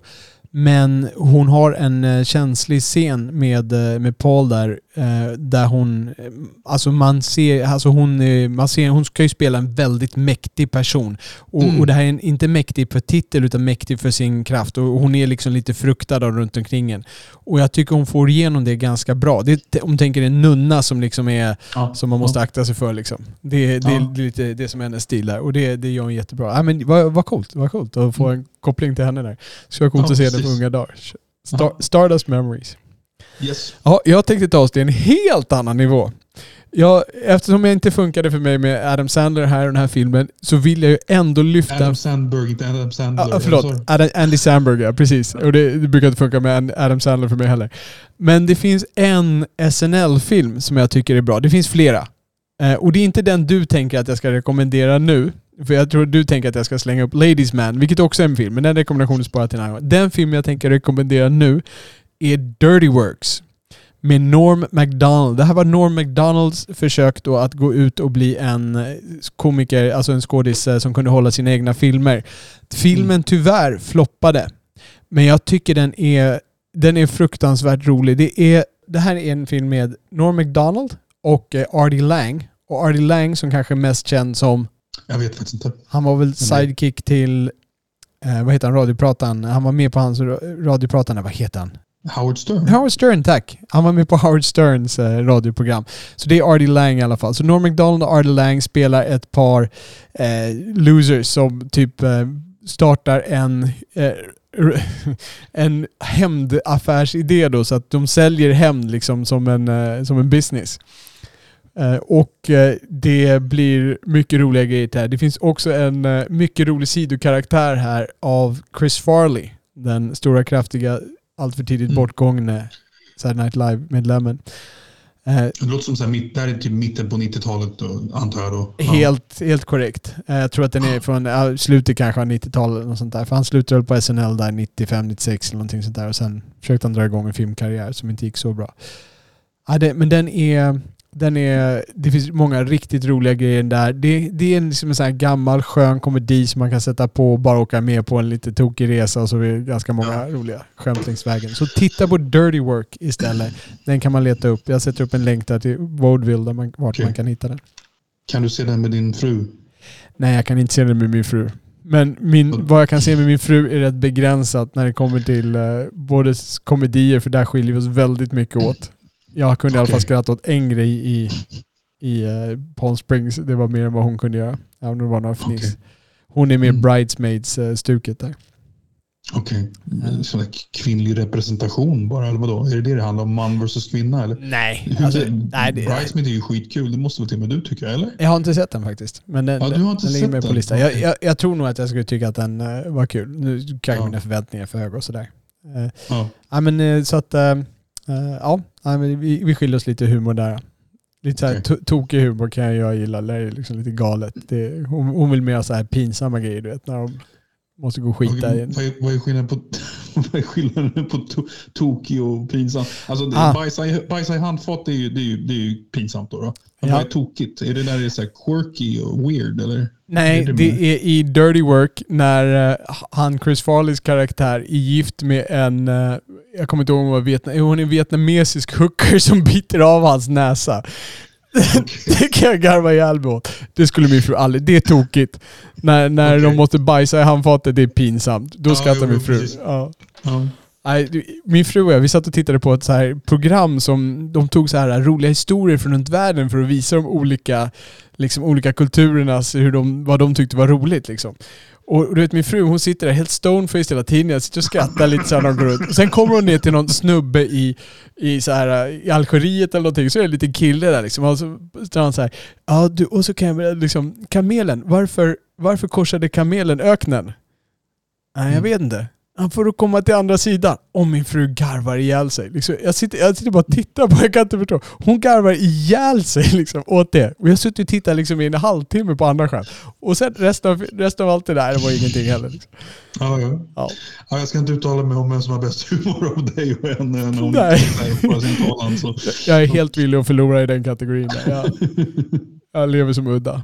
Men hon har en känslig scen med, med Paul där, där hon, alltså man ser, alltså hon, man ser, hon ska ju spela en väldigt mäktig person. Och, mm. och det här är en, inte mäktig för titel utan mäktig för sin kraft. Och hon är liksom lite fruktad av runt omkring en. Och jag tycker hon får igenom det ganska bra. Det, om man tänker en nunna som liksom är, ja. som man måste ja. akta sig för liksom. Det, det, ja. det är lite det som är hennes stil där. Och det, det gör hon jättebra. Ja, men vad, vad coolt, vad coolt att få en koppling till henne där. Så jag kommer ja, att se det på unga dagar. Star, Stardust Memories.
Yes.
Ja, jag tänkte ta oss till en helt annan nivå. Jag, eftersom jag inte funkade för mig med Adam Sandler här i den här filmen så vill jag ju ändå lyfta...
Adam Sandberg, inte Adam Sandler.
Ja, förlåt. Adam, Andy Samberg, ja, precis. Och det, det brukar inte funka med Adam Sandler för mig heller. Men det finns en S N L-film som jag tycker är bra. Det finns flera. Eh, och det är inte den du tänker att jag ska rekommendera nu. För jag tror du tänker att jag ska slänga upp Ladies Man, vilket också är en film. Men den rekommendationen sparar till en annan gång. Den film jag tänker rekommendera nu är Dirty Works med Norm Macdonald. Det här var Norm Macdonalds försök då att gå ut och bli en komiker, alltså en skådis som kunde hålla sina egna filmer. Filmen tyvärr floppade. Men jag tycker den är, den är fruktansvärt rolig. Det, är, det här är en film med Norm Macdonald och Artie Lang. Och Artie Lang som kanske är mest känd som...
Jag vet faktiskt inte.
Han var väl sidekick till... Eh, vad heter han? Radiopratan. Han var med på hans radiopratan. Vad heter han?
Howard Stern.
Howard Stern, tack. Han var med på Howard Sterns eh, radioprogram. Så det är Artie Lang i alla fall. Så Norm Macdonald och Artie Lang spelar ett par eh, losers som typ eh, startar en... Eh, en hämndaffärsidé då, så att de säljer hämnd liksom som en, uh, som en business. Uh, och uh, det blir mycket roliga grejer här. Det finns också en uh, mycket rolig sidokaraktär här av Chris Farley, den stora kraftiga, allt för tidigt mm. bortgångne Saturday Night Live-medlemmen. Uh,
det låter som så här, där är typ mitten på nittiotalet då, antar jag då.
Helt, ja. helt korrekt. Uh, jag tror att den är från uh, slutet kanske av nittiotalet och sånt där. För han slutade på S N L där nittiofem nittiosex eller någonting sånt där. Och sen försökte han dra igång en filmkarriär som inte gick så bra. Uh, det, men den är... Den är, det finns många riktigt roliga grejer där. Det, det är liksom en sån här gammal skön komedi som man kan sätta på och bara åka med på en lite tokig resa, och så är det ganska många ja. roliga skämt längs vägen. Så titta på Dirty Work istället. Den kan man leta upp. Jag sätter upp en länk där till Vaudeville där man, vart okay. man kan hitta den.
Kan du se den med din fru?
Nej, jag kan inte se den med min fru. Men min, vad jag kan se med min fru är rätt begränsat när det kommer till uh, både komedier, för där skiljer vi oss väldigt mycket åt. Jag kunde okay. i alla fall skratta åt en grej i, i uh, Palm Springs. Det var mer än vad hon kunde göra. Även om det var några fniss. Okay. Hon är med mm. Bridesmaids-stuket där.
Okej. Okay. Mm. Sån kvinnlig representation bara, eller vadå? Är det det det handlar om, man versus kvinna? Eller?
Nej. Alltså, nej det,
Bridesmaids är ju skitkul. Det måste väl till och med du tycker, eller?
Jag har inte sett den faktiskt. Men den,
ja, du har inte
den
sett
ligger med
den.
på listan. Jag, jag, jag tror nog att jag skulle tycka att den uh, var kul. Nu kanske ja. mina förväntningar för höga och sådär. Uh, ja. ja, men uh, så att... Uh, Uh, ja, nej, men vi, vi skiljer oss lite i humor där. Lite så här okay. to- tokig humor kan jag gilla. Det är liksom lite galet. Det, hon, hon vill mer så här pinsamma grejer, du vet, när de måste gå och skita
okay,
i en.
Vad är, vad är skillnaden på, vad är skillnaden på to, tokig och pinsam? Alltså ah. bajsa, i, bajsa i handfat är ju, det är ju, det är ju pinsamt då. då. Ja. Vad är tokigt? Är det där det är så här quirky och weird, eller?
Nej, det, det är i Dirty Work när uh, han, Chris Farleys karaktär, är gift med en, uh, jag kommer inte ihåg vad Vietnam, hon är en vietnamesisk hooker som biter av hans näsa. Okay. Det kan jag garva ihjäl mig åt. Det skulle min fru aldrig. Det är tokigt. När, när okay. de måste bajsa i handfatet, det är pinsamt. Då ja, skrattar min fru. Ja. Ja. Nej, min fru och jag, vi satt och tittade på ett så här program som de tog så här roliga historier från runt världen för att visa de olika, liksom, olika kulturernas, hur de, vad de tyckte var roligt liksom. Och du vet, min fru, hon sitter där helt stonefaced hela tiden. Jag sitter och skrattar lite så här när hon går runt. Och sen kommer hon ner till någon snubbe i, i, så här, i Algeriet eller någonting. Så är det en liten kille där liksom. Och så står han så här. Ja, du, och så kan jag liksom, kamelen. Varför, varför korsade kamelen öknen? Nej, jag vet inte. Han får komma till andra sidan. Och min fru garvar ihjäl sig. Liksom, jag, sitter, jag sitter bara och tittar på, jag kan inte förstå. Hon garvar ihjäl sig liksom, åt det. Och jag sitter och tittar liksom, i en halvtimme på andra skärm. Och sen resten av, resten av allt det där, det var ingenting heller. Liksom.
Ja, ja.
Ja.
Ja, jag ska inte uttala mig om vem som har bäst humor av dig och henne. När hon
Nej.
inte på sin talan, så.
Jag är helt villig att förlora i den kategorin. Där. Jag, jag lever som udda.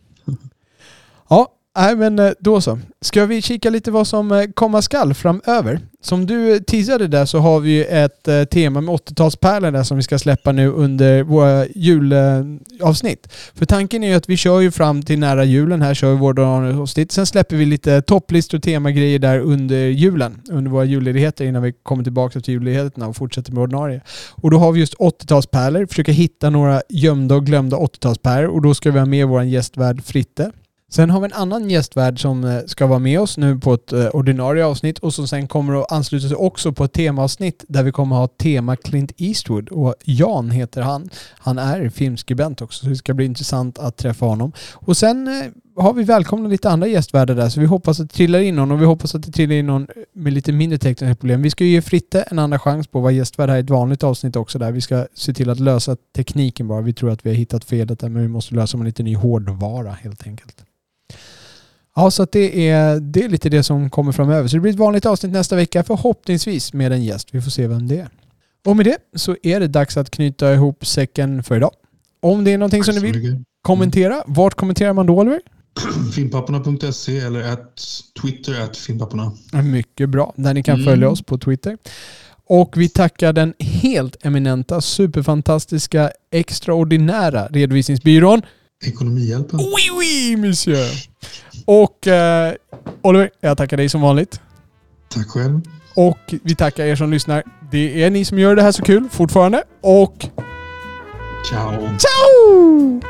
Ja. Nej, men då så. Ska vi kika lite vad som komma skall framöver? Som du teasade där så har vi ju ett eh, tema med åttiotalspärlor där som vi ska släppa nu under våra julavsnitt. För tanken är ju att vi kör ju fram till nära julen här, kör vi våra avsnitt. Sen släpper vi lite topplistor och temagrejer där under julen, under våra julledigheter innan vi kommer tillbaka till julledigheterna och fortsätter med ordinarie. Och då har vi just åttiotalspärlor, försöka hitta några gömda och glömda åttiotalspärlor och då ska vi ha med vår gästvärd Fritte. Sen har vi en annan gästvärd som ska vara med oss nu på ett ordinarie avsnitt och som sen kommer att ansluta sig också på ett temaavsnitt där vi kommer att ha tema Clint Eastwood och Jan heter han. Han är filmskribent också så det ska bli intressant att träffa honom. Och sen har vi välkomnat lite andra gästvärdar där så vi hoppas att det trillar in någon och vi hoppas att det trillar in någon med lite mindre tekniska problem. Vi ska ju ge Fritte en andra chans på att vara gästvärd här i ett vanligt avsnitt också där. Vi ska se till att lösa tekniken bara. Vi tror att vi har hittat felet där men vi måste lösa med lite ny hårdvara helt enkelt. Ja, så att det är, det är lite det som kommer framöver. Så det blir ett vanligt avsnitt nästa vecka förhoppningsvis med en gäst. Vi får se vem det är. Och med det så är det dags att knyta ihop säcken för idag. Om det är någonting som ni vill kommentera, vart kommenterar man då, Oliver?
filmpapporna punkt se eller at Twitter at filmpapporna.
Mycket bra, där ni kan
Mm.
följa oss på Twitter. Och vi tackar den helt eminenta, superfantastiska, extraordinära redovisningsbyrån
Ekonomihjälpen.
Oui, oui, monsieur. Och eh, Oliver, jag tackar dig som vanligt.
Tack själv.
Och vi tackar er som lyssnar. Det är ni som gör det här så kul fortfarande. Och
Ciao.
ciao!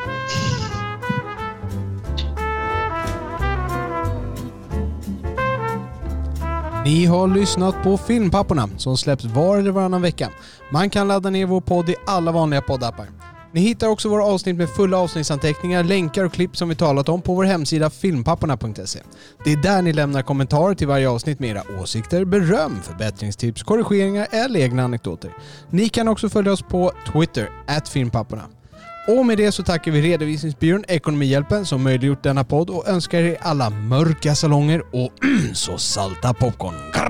Ni har lyssnat på Filmpapporna som släpps var eller varannan vecka. Man kan ladda ner vår podd i alla vanliga poddappar. Ni hittar också våra avsnitt med fulla avsnittsanteckningar, länkar och klipp som vi talat om på vår hemsida filmpapporna punkt se. Det är där ni lämnar kommentarer till varje avsnitt med era åsikter, beröm, förbättringstips, korrigeringar eller egna anekdoter. Ni kan också följa oss på Twitter, at filmpapporna. Och med det så tackar vi redovisningsbyrån Ekonomihjälpen som möjliggjort denna podd och önskar er alla mörka salonger och så salta popcorn.